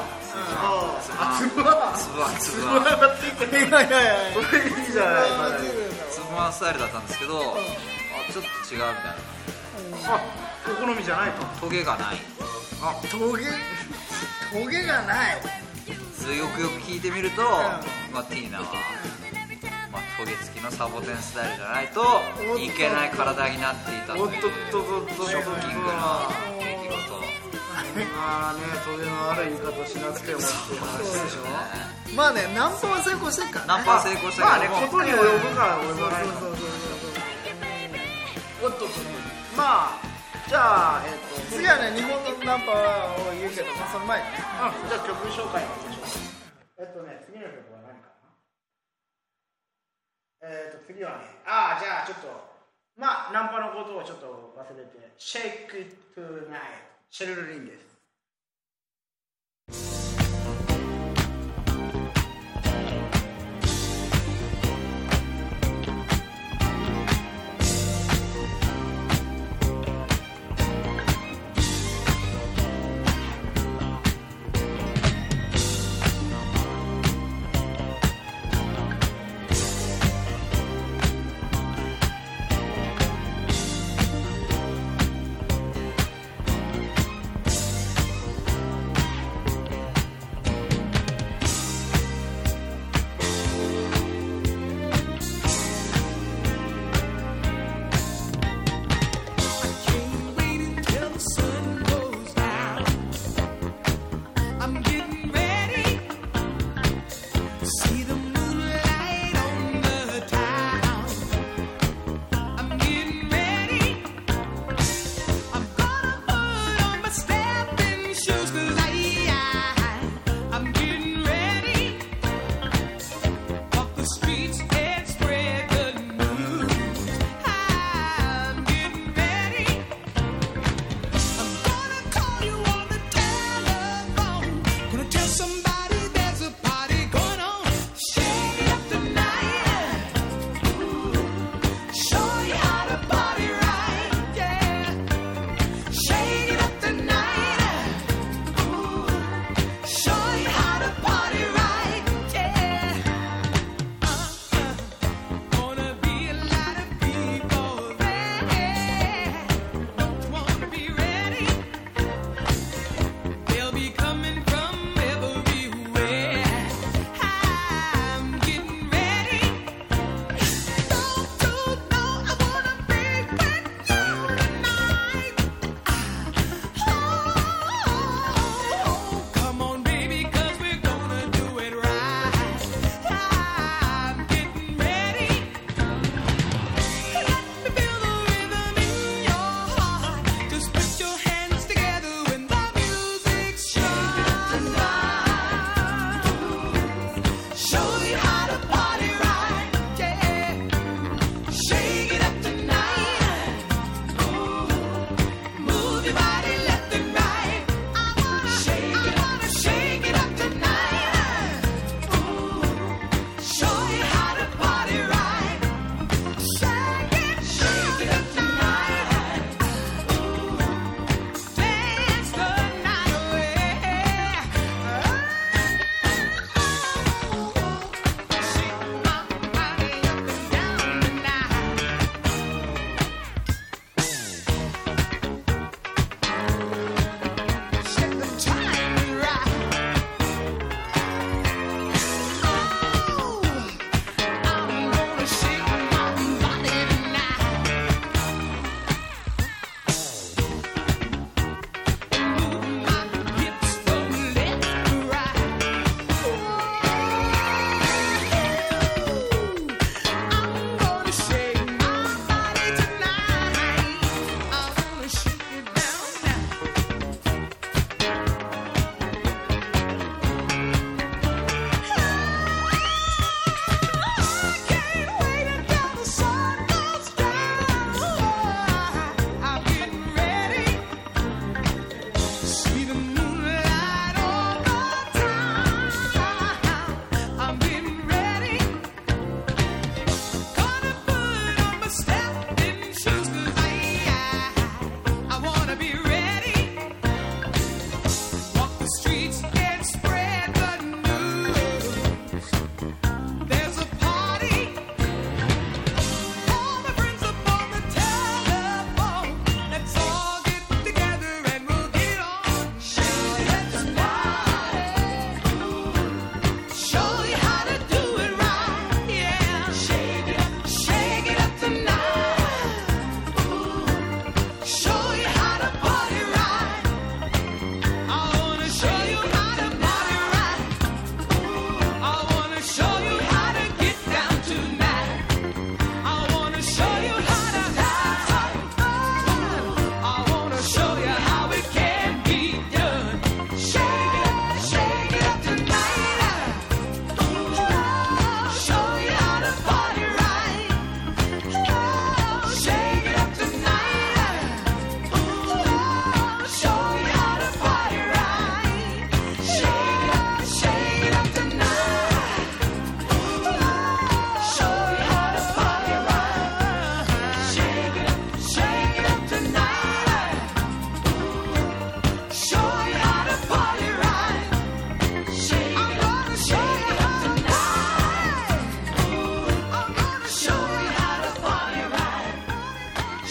Speaker 2: あつば
Speaker 3: つぶあんつぶあん
Speaker 2: つばがついてる。
Speaker 1: いやいやいや。
Speaker 2: それいいじゃない。
Speaker 3: つぶフマンスタイルだったんですけど、うん、あちょっと違うみたいな感じで、
Speaker 2: あお好みじゃないと。
Speaker 3: トゲがない。
Speaker 1: あトゲトゲがない。
Speaker 3: よくよく聞いてみると、うん、まあ、ティーナは、まあ、トゲ付きのサボテンスタイルじゃないといけない体になっていたというショッキングな出来事。
Speaker 2: まあね、トゲのある言い方しなくてもっていう話でしょ。
Speaker 1: まあね、ナンパは成功してるからね。
Speaker 3: ナンパは成功したけども、
Speaker 2: まあね、ことに及ぶから及ばないから。おっとまあじゃあ、えー、と
Speaker 1: 次はね、日本のナンパを言うけど、まあ、その前にね、
Speaker 2: うん、じゃあ曲紹介いきましょう。えっとね、次の曲は何かな。えっ、ー、と次はね、ああじゃあちょっとまあナンパのことをちょっと忘れて Shake It Tonight シェルル・リンです。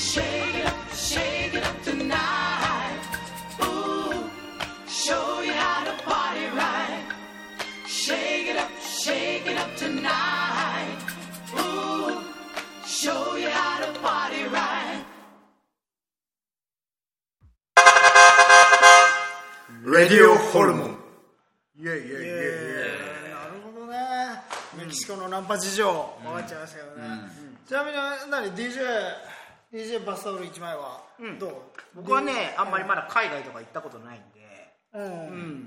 Speaker 4: Shake it up, shake it up tonight. Ooh, show you how to party right. Shake it up, shake it up tonight. Ooh, show you how to party right.
Speaker 2: Radio Hormone.イエイイエイイエイイエイ。
Speaker 1: なるほどね。メキシコのナンパ事情分かっちゃいましたけどね。ちなみに何 ディージェー ディージェー バスタオルいちまいはどう？
Speaker 2: 僕はねあんまりまだ海外とか行ったことないんで、うん、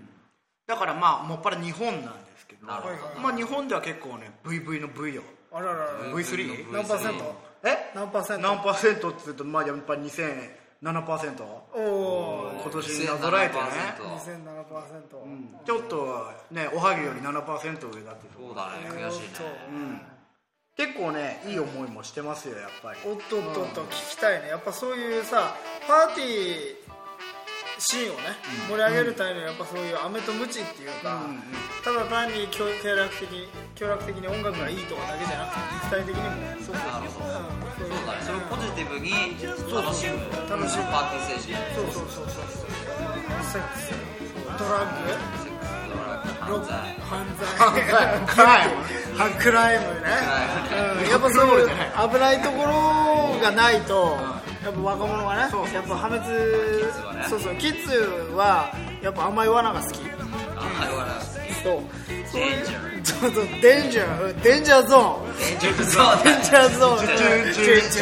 Speaker 2: だからまあもっぱら日本なんですけど、まあ日本では結構ね ブイブイ の V よ。
Speaker 1: あららら
Speaker 2: ブイスリー？
Speaker 1: 何パーセント？
Speaker 2: え？
Speaker 1: 何パーセント？
Speaker 2: 何パーセントって言うとまあやっぱにせんななパーセント。おお。今年になぞらえてね。
Speaker 1: にせんななパーセント。
Speaker 2: うん、ちょっとねおはぎより ななパーセント 上だって。
Speaker 3: そうだね悔しいね。
Speaker 2: うん。結構ねいい思いもしてますよやっぱり。
Speaker 1: おっとっとっと聞きたいね。やっぱそういうさパーティーシーンをね、うん、盛り上げるためにはやっぱそういう飴とムチっていうか、うんうん、ただ単に協力的に協力的に音楽がいいとかだけじゃなくて肉体的にも
Speaker 3: そうなるほど、うん、そうだねそれをポジティブに楽しむ
Speaker 1: 楽しむ
Speaker 3: パーティー精神
Speaker 1: そうそうそうそうセックスドラッグ
Speaker 3: セックスドラッグ
Speaker 1: 犯罪クライムクライムね、うん、やっぱそういう危ないところがないとやっぱ若者がねそうやっぱ破滅そうそうキッズはやっぱ甘い罠が好き
Speaker 3: 甘い罠が好き
Speaker 1: そうそうそうデンジャーデンジャーゾーン
Speaker 3: デンジャーゾーン
Speaker 1: デンジャーゾーンデンジャーゾーンデンジャー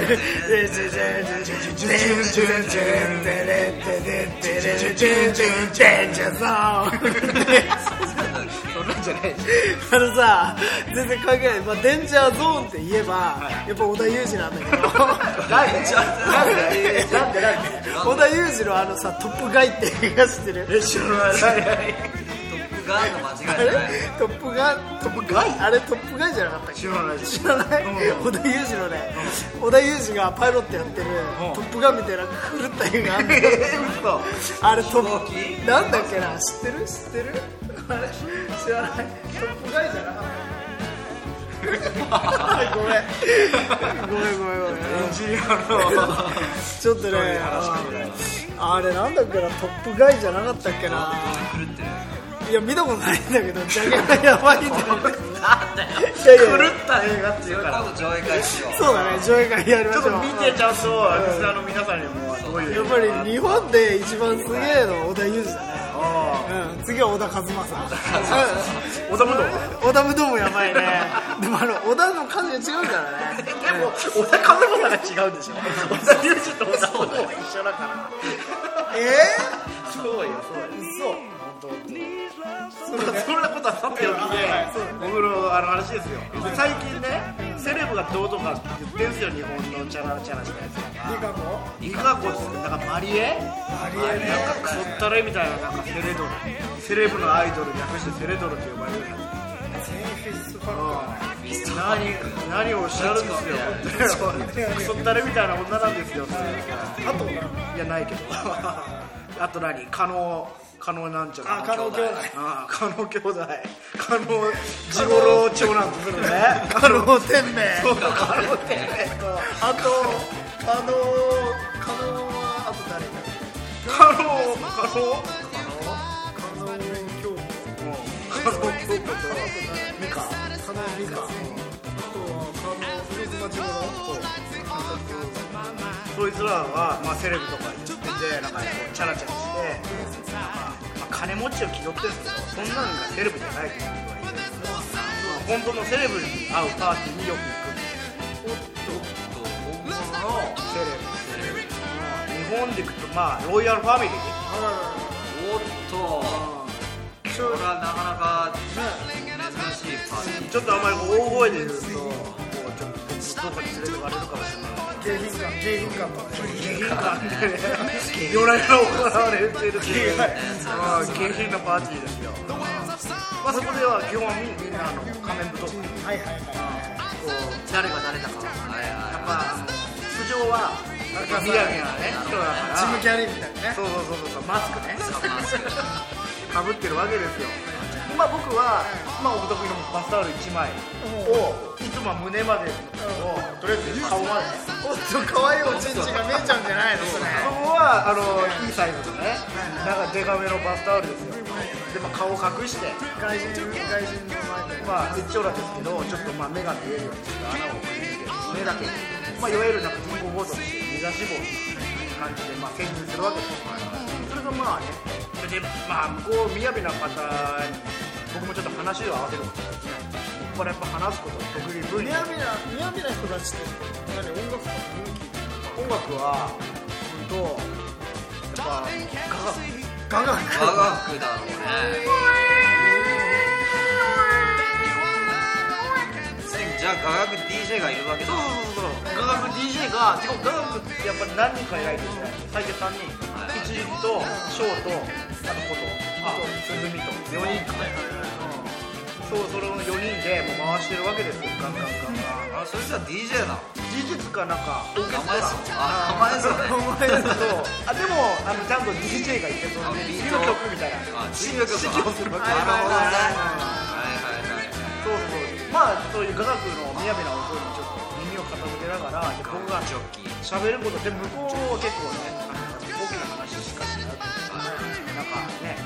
Speaker 1: ゾーン
Speaker 2: そんなんじゃない
Speaker 1: あのさ全然関係ない、まあ、デンジャーゾーンって言えば、はい、やっぱ織田裕二なんだけど
Speaker 2: なんでなんでなんでなんで
Speaker 1: 織田裕二のあのさトップガイって映画知ってる？
Speaker 2: 知らない
Speaker 3: トップガイの間違いじゃない
Speaker 1: トップガイトップガイあれトップガイじゃなかったっけ？
Speaker 2: 知らない
Speaker 1: 知らない織田裕二のね織田裕二がパイロットやってるトップガンみたいな狂った映画あんのあれトップなんだっけな知ってる知ってるあれ知らないトップガイじゃなかったごめんごめんごめんごめんちょっとねあれなんだっけなトップガイじゃなかったっけないや見たことないんだけどジャケがやばいんだよなんだよ狂
Speaker 2: った映画っていうから
Speaker 3: 今度上映会しよう
Speaker 1: そうだね上映会やりましょう
Speaker 2: ちょっと見てちゃんとリスナーの皆さんにもどういう
Speaker 1: やっぱり日本で一番すげえの織田裕二だねうん、次は小田和正
Speaker 2: 織田武道
Speaker 1: 織田武道もやばいねでもあの織田の感じが違うからね
Speaker 2: でも織田和正が違うんでしょ織田裕二と織田武道は一緒だから
Speaker 1: え
Speaker 2: ー、そうよそうよ
Speaker 1: 嘘本当
Speaker 2: そんなそんなことはさておきで僕のあの話ですよ最近ねセレブがどうとかって言ってんすよ日本のチャラチャラしたやつが
Speaker 1: リカコ
Speaker 2: リカコってなんかマリエ
Speaker 1: マリエね
Speaker 2: なんかクソったれみたいななんかセレドルセレブのアイドル略してセレドルって呼ばれるやつ
Speaker 1: センフィストファッカ
Speaker 2: ー何何をおっしゃるんですよクソったれみたいな女なんですよ
Speaker 1: あと
Speaker 2: いやないけどあと何加納加納なんちゃら
Speaker 1: 加納兄弟
Speaker 2: あ加納兄弟加納地頃長男とするね
Speaker 1: 加納天明
Speaker 2: そうか加納天明
Speaker 1: あと加納加納はあと誰だ
Speaker 2: 加納加納
Speaker 1: 加納京子
Speaker 2: 加納京子と
Speaker 1: 美香加納美香あとは加納梅妻地頃
Speaker 2: そいつらはまあセレブとか言ってなんかチャラチャラしてまあ、金持ちを気取ってるんですけどそんなのがセレブじゃないという人がいるんですけど、まあ、本当のセレブに会うパーティーによく行くんですおっと本物のセレブ日本で行くとまあロイヤルファミリー
Speaker 3: おっとこれはなかなか珍しいパーティー
Speaker 2: ちょっとあんまり大声で言うともうちょっとどこに連れてかれるかもしれない
Speaker 1: 迎賓館迎賓館とか
Speaker 2: 迎賓館でね夜な夜な行われているっていう迎賓のパーティーですよまあそこでは基本みんなあの仮面舞踏会はいはいはいこう誰が誰だかやっぱ素性はなんかみやみやなね人だから
Speaker 1: ジム・キャリーみたいなね
Speaker 2: そうそうそうそうマスクねかぶってるわけですよまあ僕は、まあお得意のバスタオルいちまいをいつもは胸までをとりあえず顔まで
Speaker 1: おっと可愛いおちんちんが見えちゃうんじゃないのそれ。
Speaker 2: ここはあのいいサイズのねなんかデカめのバスタオルですよ。でまあ顔を隠して
Speaker 1: 外人外人の前で
Speaker 2: まあ一丁羅ですけどちょっとまあ目が見えるようにして穴をくり抜けて目だけまあいわゆるなんか人工ボードにして目指し棒みたいな感じでまあ潜入するわけですよ。それがまあねそれでまあ向こう雅な方に僕もちょっと話を合わせることができない。ここからやっぱ話すこと得意分野。
Speaker 1: 雅な雅な人たちって何音楽とか
Speaker 2: 音楽は本当やっぱ
Speaker 1: 雅楽
Speaker 3: 雅楽だろうね。じゃあ雅楽 ディージェー がいるわけだ。
Speaker 2: そうそうそう雅楽 ディージェー がてか雅楽ってやっぱり何人かいないといけない。最低さんにん一軸とショーとあと琴あと鈴みとよにんか、そうそれをよにんでもう回してるわけですよ。ガンガンガンガン。
Speaker 3: あそれじゃあ ディージェー だ。
Speaker 2: 事実かなんかオーケストラ
Speaker 3: あ名前そうね。
Speaker 2: そうあでもあのちゃんと ディージェー がいてそのビート曲みたいな
Speaker 3: 指揮をす
Speaker 2: るわけ。
Speaker 3: なるほどね。はいはいはい。
Speaker 2: そうそうまあそういう雅楽の雅な音にちょっと耳を傾けながらで僕が喋ることで向こうは結構ね大きな話しかしなくてなんかね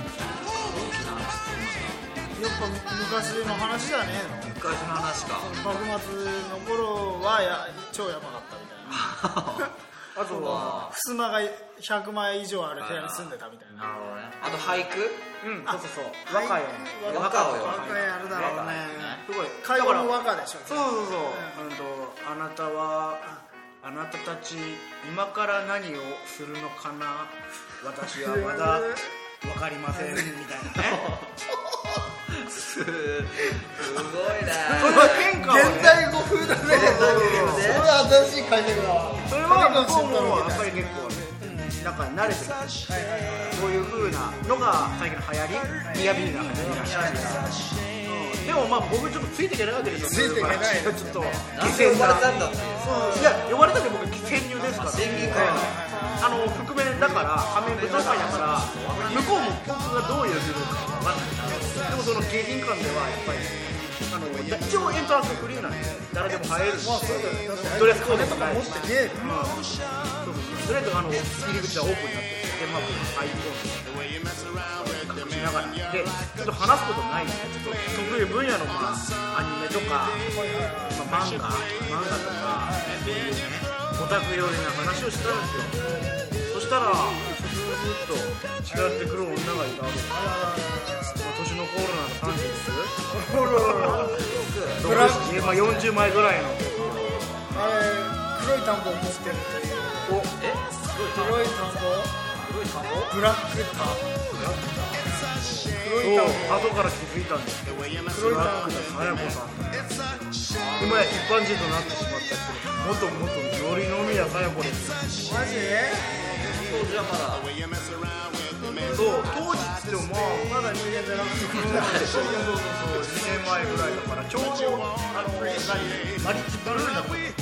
Speaker 1: やっぱ昔の話じゃねえの。
Speaker 3: 昔の話か。
Speaker 1: 幕末の頃はや超やばかったみたいな
Speaker 2: あとは
Speaker 1: 襖がひゃくまい以上ある部屋に住んでたみたいな。
Speaker 3: なるほどね。あと俳句。
Speaker 2: うんそうそうそう和歌よ
Speaker 3: 和歌をよ。
Speaker 1: 和歌やるだろうね。
Speaker 2: すごい
Speaker 1: 会話の和歌でしょ。
Speaker 2: そうそうそううんとあなたはあなたたち今から何をするのかな私はまだ分かりませんみたいなね
Speaker 3: すごいね。
Speaker 2: 変化はね
Speaker 1: 現代語風だね。それは新しい解釈だわ。
Speaker 2: それは向こうもやっぱり結構なんか慣れてるそういう風なのが最近の流行り雅な流行りらしい。でもまあ僕ちょっとついていけないわけですよ。
Speaker 1: ついていけない
Speaker 2: ちょっと
Speaker 3: なんで呼ばれたんだっていう。
Speaker 2: いや呼ばれたけど僕潜入ですから
Speaker 3: 宣言会
Speaker 2: あの覆面だから仮面舞踏会だから向こうも僕がどういうグループか分かんないでもその迎賓館ではやっぱりあの一応エントランスフリーなんで誰でも入れるしドレスコードとか持ってねえとりあえずあの入り口はオープンになっててデンマークのハイコーン隠しながらでちょっと話すことないんでちょっと得意分野の、まあ、アニメとか、まあ、漫画漫画とかそういうねオタク寄りな話をしたんですよ。そしたらずっと違ってくる女がいたわけです。まあ、年のコールなのさんじゅうろくまあよんじゅうまいぐらいの
Speaker 1: あれ黒い田んぼを持ってるという。
Speaker 3: おえ
Speaker 1: 黒い田んぼ
Speaker 3: 黒い田んぼ
Speaker 1: ブラックタブラックタ黒い田んぼ
Speaker 2: 後から気づいたんですけど
Speaker 1: 黒い田んぼ
Speaker 2: さやこさん今や一般人となってしまったけど元々よりのみやさやこです。
Speaker 1: マジ
Speaker 3: 当時はまだ
Speaker 2: そう当時ってもまあまだ人間じゃなくてそうそうそうにねんまえぐらいだからちょうどあの何マリッジブルーなこと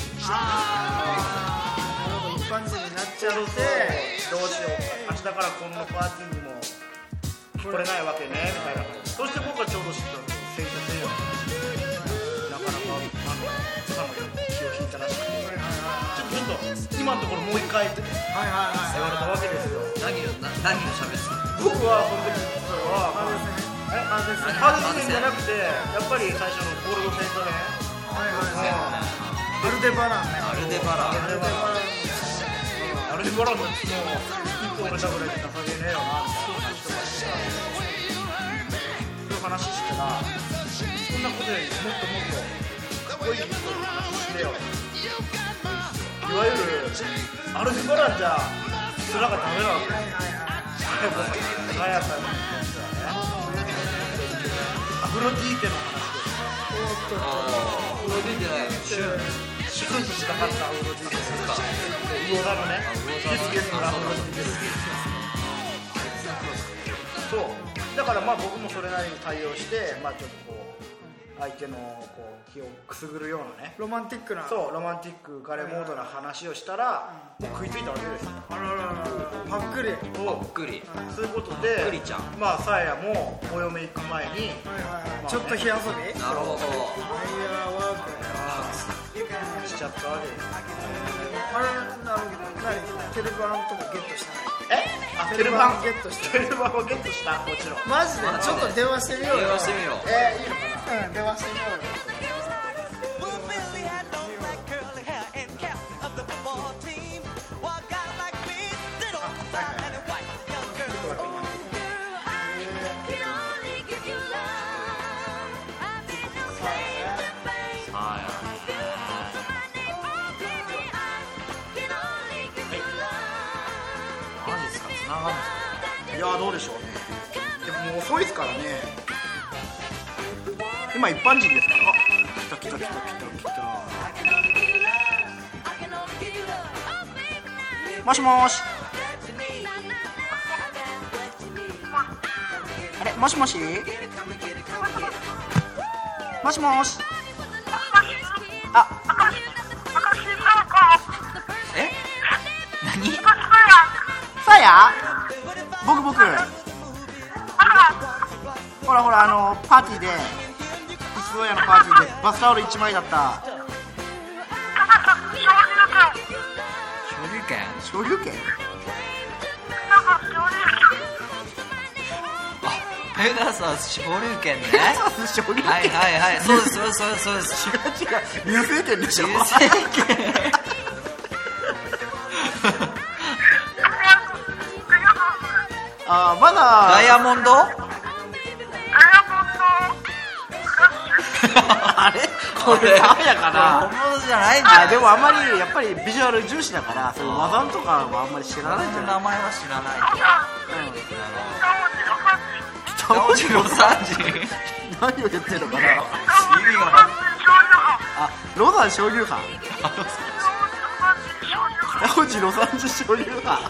Speaker 1: 一般人になっちゃって
Speaker 2: どうしよう明日からこのパーティーにも来れないわけねみたいなことそして僕はちょうど知ったんですよ。聖書聖夜なかなかあの彼女の気を引いたらしくてちょっと今のところもう一回って言われたわけですよ。
Speaker 3: 何を何を喋ってた
Speaker 2: 僕はその時にそれはハーデス戦じゃなくてやっぱり最初のゴールドセント編
Speaker 1: アルデバランね。
Speaker 3: アルデバラン
Speaker 2: アルデバランアルデバランのもう一個俺だぐらいで情けねえよなって話したらそんなことよりもっともっとかっこいい人の話してよいわゆるアルデバランじゃすらがダメなわけです速さにアフロディーテの話です
Speaker 3: アフロディーテない
Speaker 2: シュンとしたかったアフロディーテ魚座のね月月のアフロディーテそうだからまあ僕もそれなりに対応してまあちょっとこう相手のこう気をくすぐるようなね、
Speaker 1: ロマンティックな、
Speaker 2: そうロマンティック浮かれモードな話をしたら、もう食いついたわけですよ。
Speaker 1: あらららら、パックリ
Speaker 3: パックリ、
Speaker 2: そういうことで
Speaker 3: パックリちゃん、
Speaker 2: まあさやもお嫁行く前に、
Speaker 1: はいはいはい、ちょっと火遊び、
Speaker 3: なるほど、
Speaker 1: ファイヤーワーク
Speaker 2: しちゃったわけです。
Speaker 1: あれ、なるほど、何テルバンとかゲットした
Speaker 2: えあテルバン
Speaker 1: ゲットした、
Speaker 2: テルバンをゲットした、もちろん。
Speaker 1: マジでちょっと電話してみようよ。
Speaker 3: 電話してみよう。
Speaker 2: えー、いいのかな。
Speaker 1: うん、電話してみようよ。
Speaker 2: いやどうでしょうね。でももう遅いですからね。今一般人ですから。あ、来た来た来た来た来た。もしもーし。あれ、もしもし。もしもーし。あ、
Speaker 3: え？何？
Speaker 2: さや？僕僕。ほらほら、あのパーティーで、いつぞやのパーティーでバスタオルいちまいだった。
Speaker 3: 昇竜拳？
Speaker 2: 昇竜拳？
Speaker 3: あ、ペガサス昇竜拳ね。
Speaker 2: ペガサス昇竜拳。
Speaker 3: はいはいはい、そうですそうですそうです。
Speaker 2: 違う違う、流星拳でしょ。
Speaker 3: 流星拳。
Speaker 2: あー、まだ
Speaker 3: ダイヤモンド？
Speaker 2: あれこれダメやかな。
Speaker 3: 本物じゃないんだ。
Speaker 2: あ、でもあんまりやっぱりビジュアル重視だから、そういう技とかはあんまり知らないんじゃない。
Speaker 3: 名前は知らない。
Speaker 2: 北大路魯山人。何を言ってるのかな。あ、ロザン昇竜派。北大路魯山人昇竜派。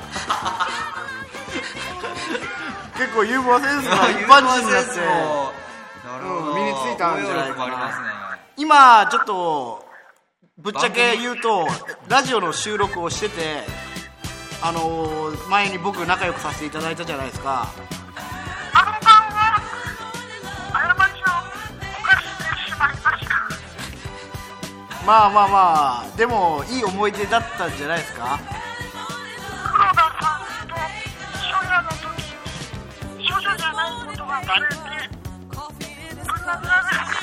Speaker 2: 結構ユーモアセンスが一般人になって身についたんじゃないかな。今ちょっとぶっちゃけ言うと、ラジオの収録をしてて、あのー、前に僕仲良くさせていただいたじゃないですか。
Speaker 5: あの晩は過ちを犯してしまいました。
Speaker 2: まあまあまあ、でもいい思い出だったんじゃないですか。
Speaker 5: 黒田さんと初夜の時に処女じゃないことがバレてぶん殴られました。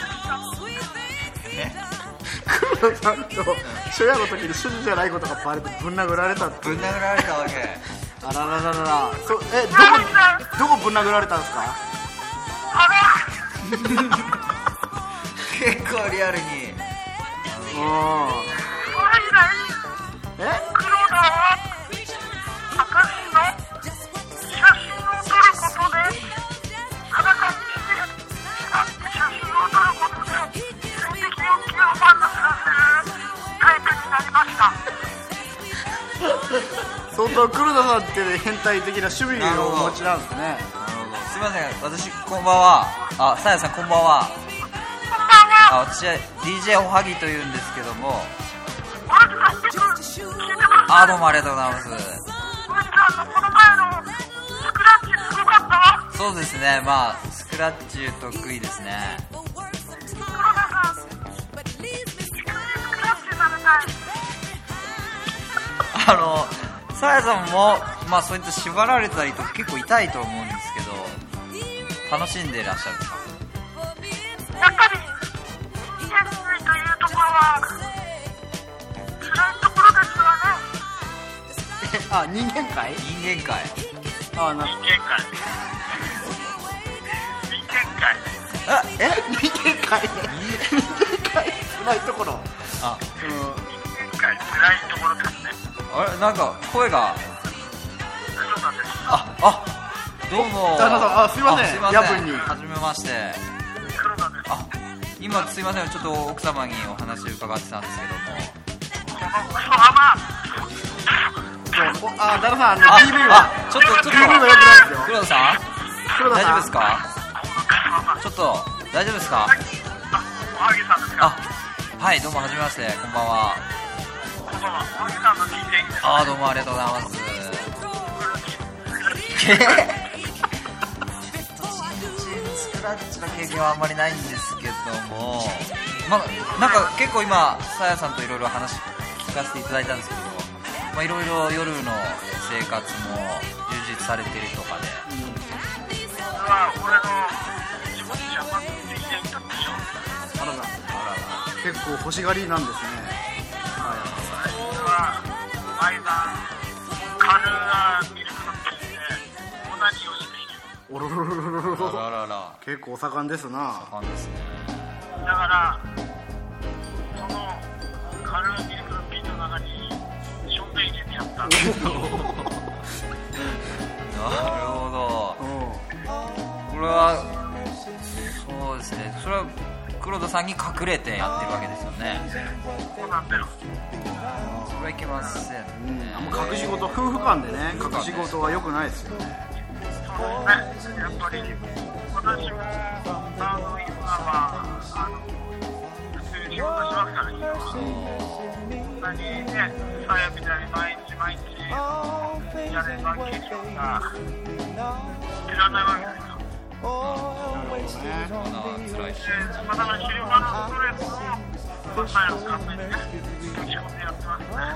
Speaker 2: 黒田さんと初夜の時に処女じゃないことがバレてぶん殴られたって。
Speaker 3: ぶん殴られたわけ。
Speaker 2: あららららら。そえどこどこぶん殴られたんですか。
Speaker 3: 結構リアルに。
Speaker 2: うん。え？
Speaker 5: 黒田は私の写真を撮ることで裸にして写真を撮ることで性的欲求を満足させるタイプになりました。
Speaker 2: 相当黒田さんって変態的な趣味をお持ちなんですね。なるほ
Speaker 3: ど。すみません、私こんばんは。あ、さやさんこんばんは。あ、私は ディージェー おはぎというんですけども。あ、どうもありがとうございます。そうですね、まあスクラッチ得意ですね。あのさやさんもまあそういった縛られたりと結構痛いと思うんですけど、楽しんでいらっしゃるんですか。
Speaker 5: やっぱり人間類というところは辛いところですわね。
Speaker 2: あ、人間界？
Speaker 3: 人間界。
Speaker 2: あ、な。人間界。
Speaker 5: 人間界。
Speaker 2: あ、え？人間界。人間界辛いところ。あ、
Speaker 5: その人間界辛いところですね。
Speaker 3: あれ、なんか声が。
Speaker 5: 黒田です。
Speaker 3: あ、あ、どうも。
Speaker 2: あ、すいません。夜分に。
Speaker 3: はじめまして。
Speaker 5: 黒田です。
Speaker 3: あ、今すいません、ちょっと奥様にお話伺ってたんですけども。
Speaker 2: あ、旦那さん、あの ピーブイ
Speaker 3: はちょっとちょっと
Speaker 2: ピーブイ は良くないですよ。
Speaker 3: 黒田さん、
Speaker 2: 黒田さん
Speaker 3: 大丈夫ですか。ちょっと大丈夫ですか。
Speaker 5: おはぎさんですか。
Speaker 3: あ、はい、どうもはじめまして、こんばんは。
Speaker 5: こんばんは。おはぎさんの聞いていいですか。
Speaker 3: あー、どうもありがとうございます。スクラッチの経験はあんまりないんですけども、まあ、なんか結構今さやさんといろいろ話聞かせていただいたんですけど、まあ、いろいろ夜の生活も充実されてるとかで、
Speaker 5: それは俺の仕事じゃなくていいんだでしょ。
Speaker 2: あらら、結構欲しがりなんですね。
Speaker 5: 僕は毎晩カルーアミルクのピンで同じをしている。
Speaker 2: おろろろろろろ、
Speaker 3: あららら、
Speaker 2: 結構お盛んですな。
Speaker 3: 盛んですね。
Speaker 5: だからそのカルーミルクのピンの中にションベン入れてやった。
Speaker 3: なるほど。これはそうですね、それは黒田さんに隠れてやってるわけですよね。
Speaker 5: そうなんだよ。
Speaker 3: それはいけませんね。
Speaker 2: あんま隠し事、夫婦間でね、隠し事は良くないですよね。
Speaker 5: そうですね、やっぱり私もあの今はあの普通に仕事しますから、今はそんなにね、さやみたいに毎日毎日やれば結局がいらないわけですよ。
Speaker 3: なるほどね。辛いし、
Speaker 5: まあ、だから昼間のストレスをまあさやのためにね、仕事やってますね。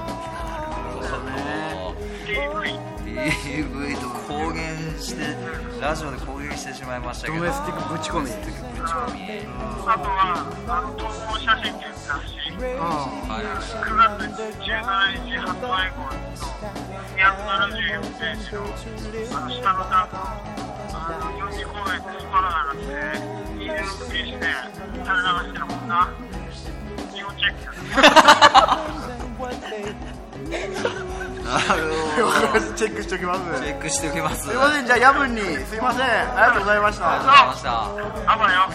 Speaker 5: ディーブイ
Speaker 3: ディーブイ と公言してラジオで公言してしまいましたけど、
Speaker 2: ドメスティックぶち込み、
Speaker 3: ぶち込み、
Speaker 5: あとはあの投稿写真っていう雑誌、くがつじゅうしちにち発売号のにひゃくななじゅうよんページのあの下の段のあのよんじ公園でスパラがなくてにじゅうろくページで垂れ流してるもんな。要チェック。
Speaker 3: なるほど。
Speaker 2: チェックしておきます。
Speaker 3: チェックしておきます。
Speaker 2: すいません、じゃあ夜分にすいません、ありがとうございました。
Speaker 3: ありがとうございました。
Speaker 5: あばよ。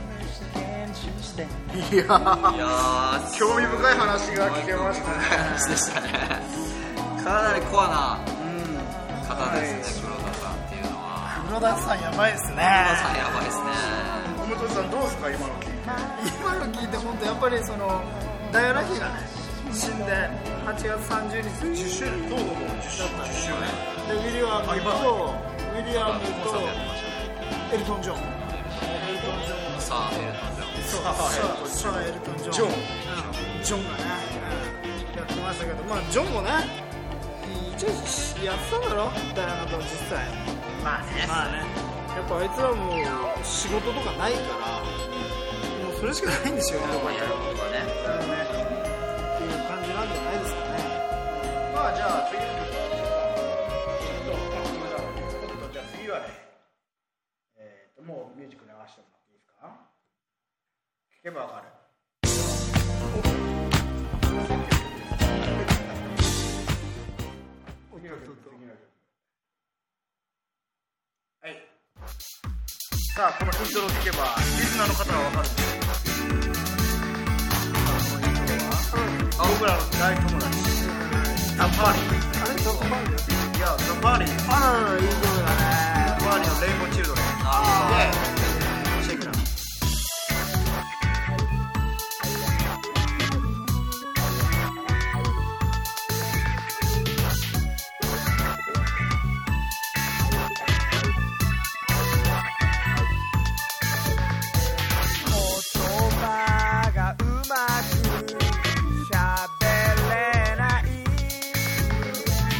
Speaker 2: いやー、
Speaker 3: いやー、
Speaker 2: 興味深い話が聞けましたね。
Speaker 3: 話でしたね。かなりコアな方ですね、黒田さんっていうのは。
Speaker 1: 黒田さんやばいですね。
Speaker 3: 黒田さんやばいですね。
Speaker 2: 小本さんどうですか、今の聞いて。
Speaker 1: 今の聞いて本当やっぱりそのダイアナ妃がね死んではちがつさんじゅうにちじゅっしゅうねん、どうぞどうぞじゅっしゅうねんでウィリアムとウィリアムとエルトン・ジョン、エルトン・ジョン、
Speaker 3: さあエルトン・ジョン、
Speaker 1: そうさあエルトン・ジョン、ジョンがねやってましたけど、まあジョンもね一応やってたんだろダイアナと実際。
Speaker 3: まあね、
Speaker 1: まあね、やっぱあいつはもう仕事とかないからもうそれしかないんですよね、
Speaker 3: まあやることはね。
Speaker 1: っていう感じなんじゃないですかね。
Speaker 2: まあじゃあ次の曲じゃあ次はね、えー、ともうミュージック流してもらっていいですか。聞けばわかる。はい。さあこのイントロを聞けばリスナーの方はわかるんですけど、僕らの大友達ザ・パーリー、
Speaker 1: あれザ・パーリー、
Speaker 2: いやザ・パーリー、
Speaker 1: あらららいい曲だね。
Speaker 2: パーリーのレインボーチルドレンでシェイクラー。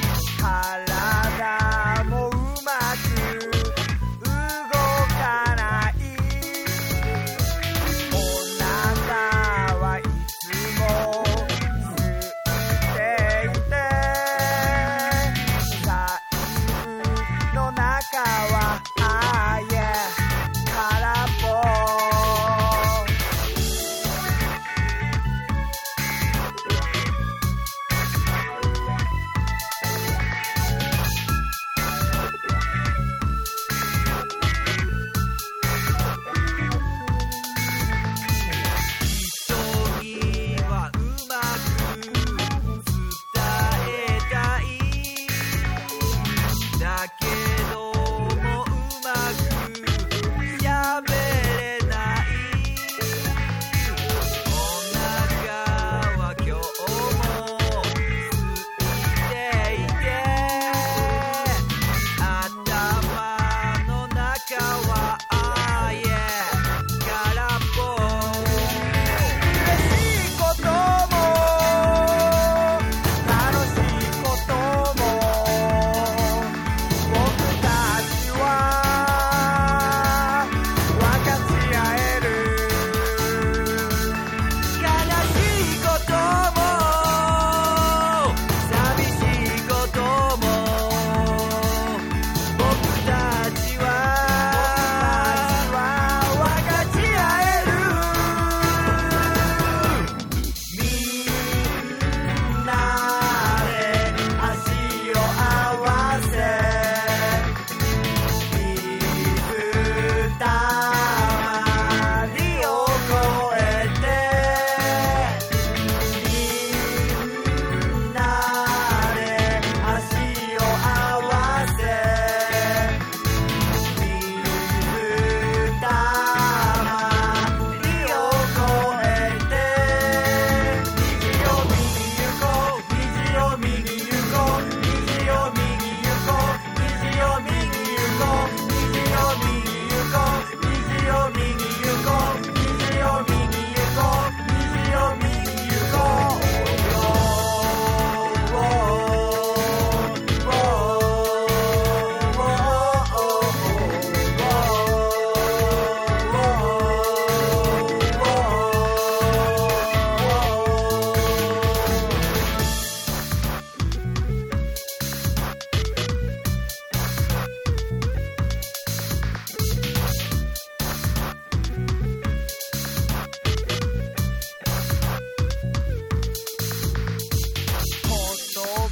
Speaker 4: 体もうまく動かない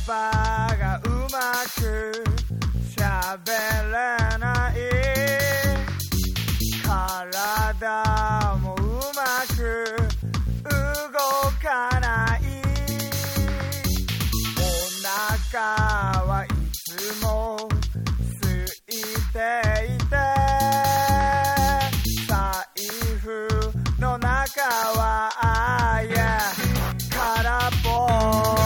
Speaker 1: 葉がうまく喋れない体もうまく動かないお腹はいつも空いていて財布の中はあいや空っぽ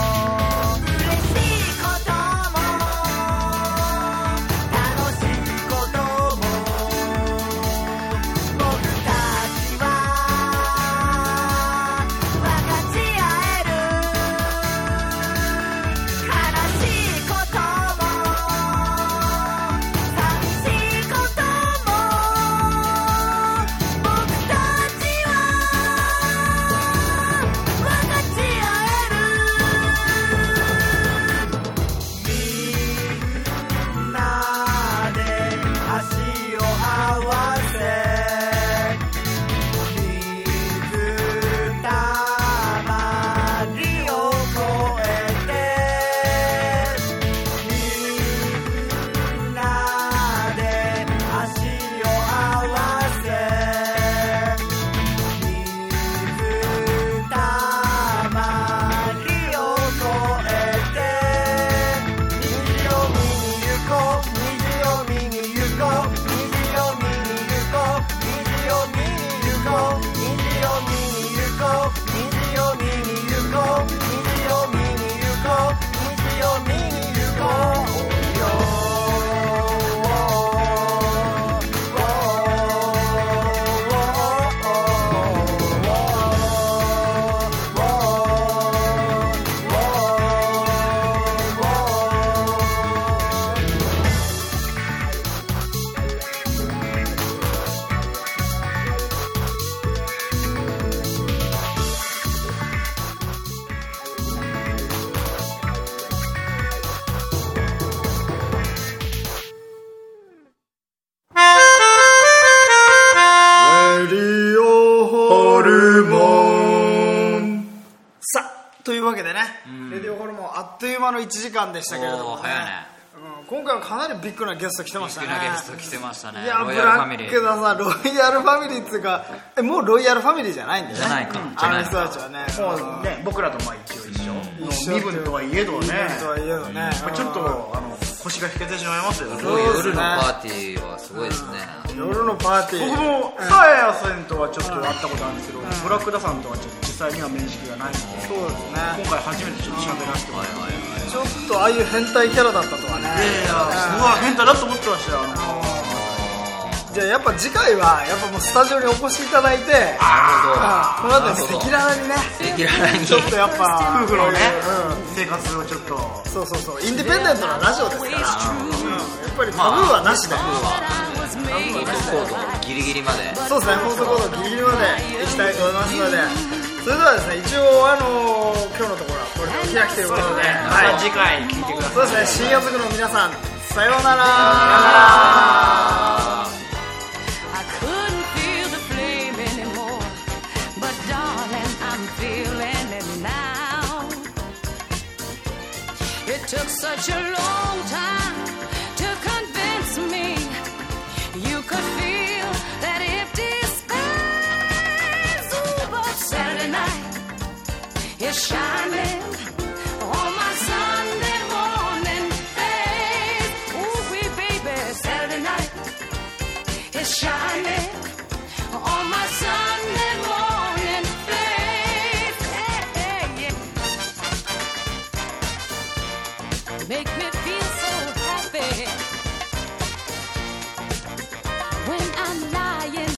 Speaker 1: あっという間のいちじかんでしたけれども、ね、
Speaker 3: 早いね、
Speaker 1: うん、今回はかなりビッグなゲスト来てましたね。
Speaker 3: ビッグなゲスト来てましたね。
Speaker 1: いやブラックださロイヤルファミリーっていうかえもうロイヤルファミリーじゃないんだよね。
Speaker 3: じゃないか、うん、
Speaker 1: あの人たちはね
Speaker 2: もうね僕らとまあ一応一緒の身分とはいえどね
Speaker 1: とはいえどね、
Speaker 2: うん、ちょっとあの腰が引けてしまいますよね。
Speaker 3: 夜のパーティーはすごいですね、
Speaker 1: うん、夜のパーティー
Speaker 2: 僕もサーヤさんとはちょっと会ったことあるんですけど、うん、ブラックダさんとはちょっと実際には面識がないので、
Speaker 1: そうですね、
Speaker 2: 今回初めてちょっと喋らせてもらいました。
Speaker 1: ちょっとああいう変態キャラだったとはね。
Speaker 2: いやいやうわ変態だと思ってましたよ。
Speaker 1: じゃあやっぱ次回はやっぱもうスタジオにお越しいただいて、
Speaker 3: あ
Speaker 1: この後赤裸々にね
Speaker 3: 赤裸々に
Speaker 1: ちょっとやっぱ
Speaker 2: 夫婦のね、
Speaker 1: うん、
Speaker 2: 生活をちょっと
Speaker 1: そうそうそうインディペンデントなラジオですから、うん、やっぱりタブーはなしで、まあ
Speaker 3: 放送コードギリギリまで
Speaker 1: そうですね放送コードギリギリまでいきたいと思いますので、それではですね一応あの今日のところはこれでお開きということで、
Speaker 2: はい、次回聞いてください。
Speaker 1: そうですね深夜族の皆さんさようなら。
Speaker 6: Took such a long time to convince me you could feel that empty space. Ooh, but Saturday night is shining on my Sunday morning face. Ooh, wee baby, Saturday night is shining on my Sunday morning face. Hey, hey, yeah. Make me feel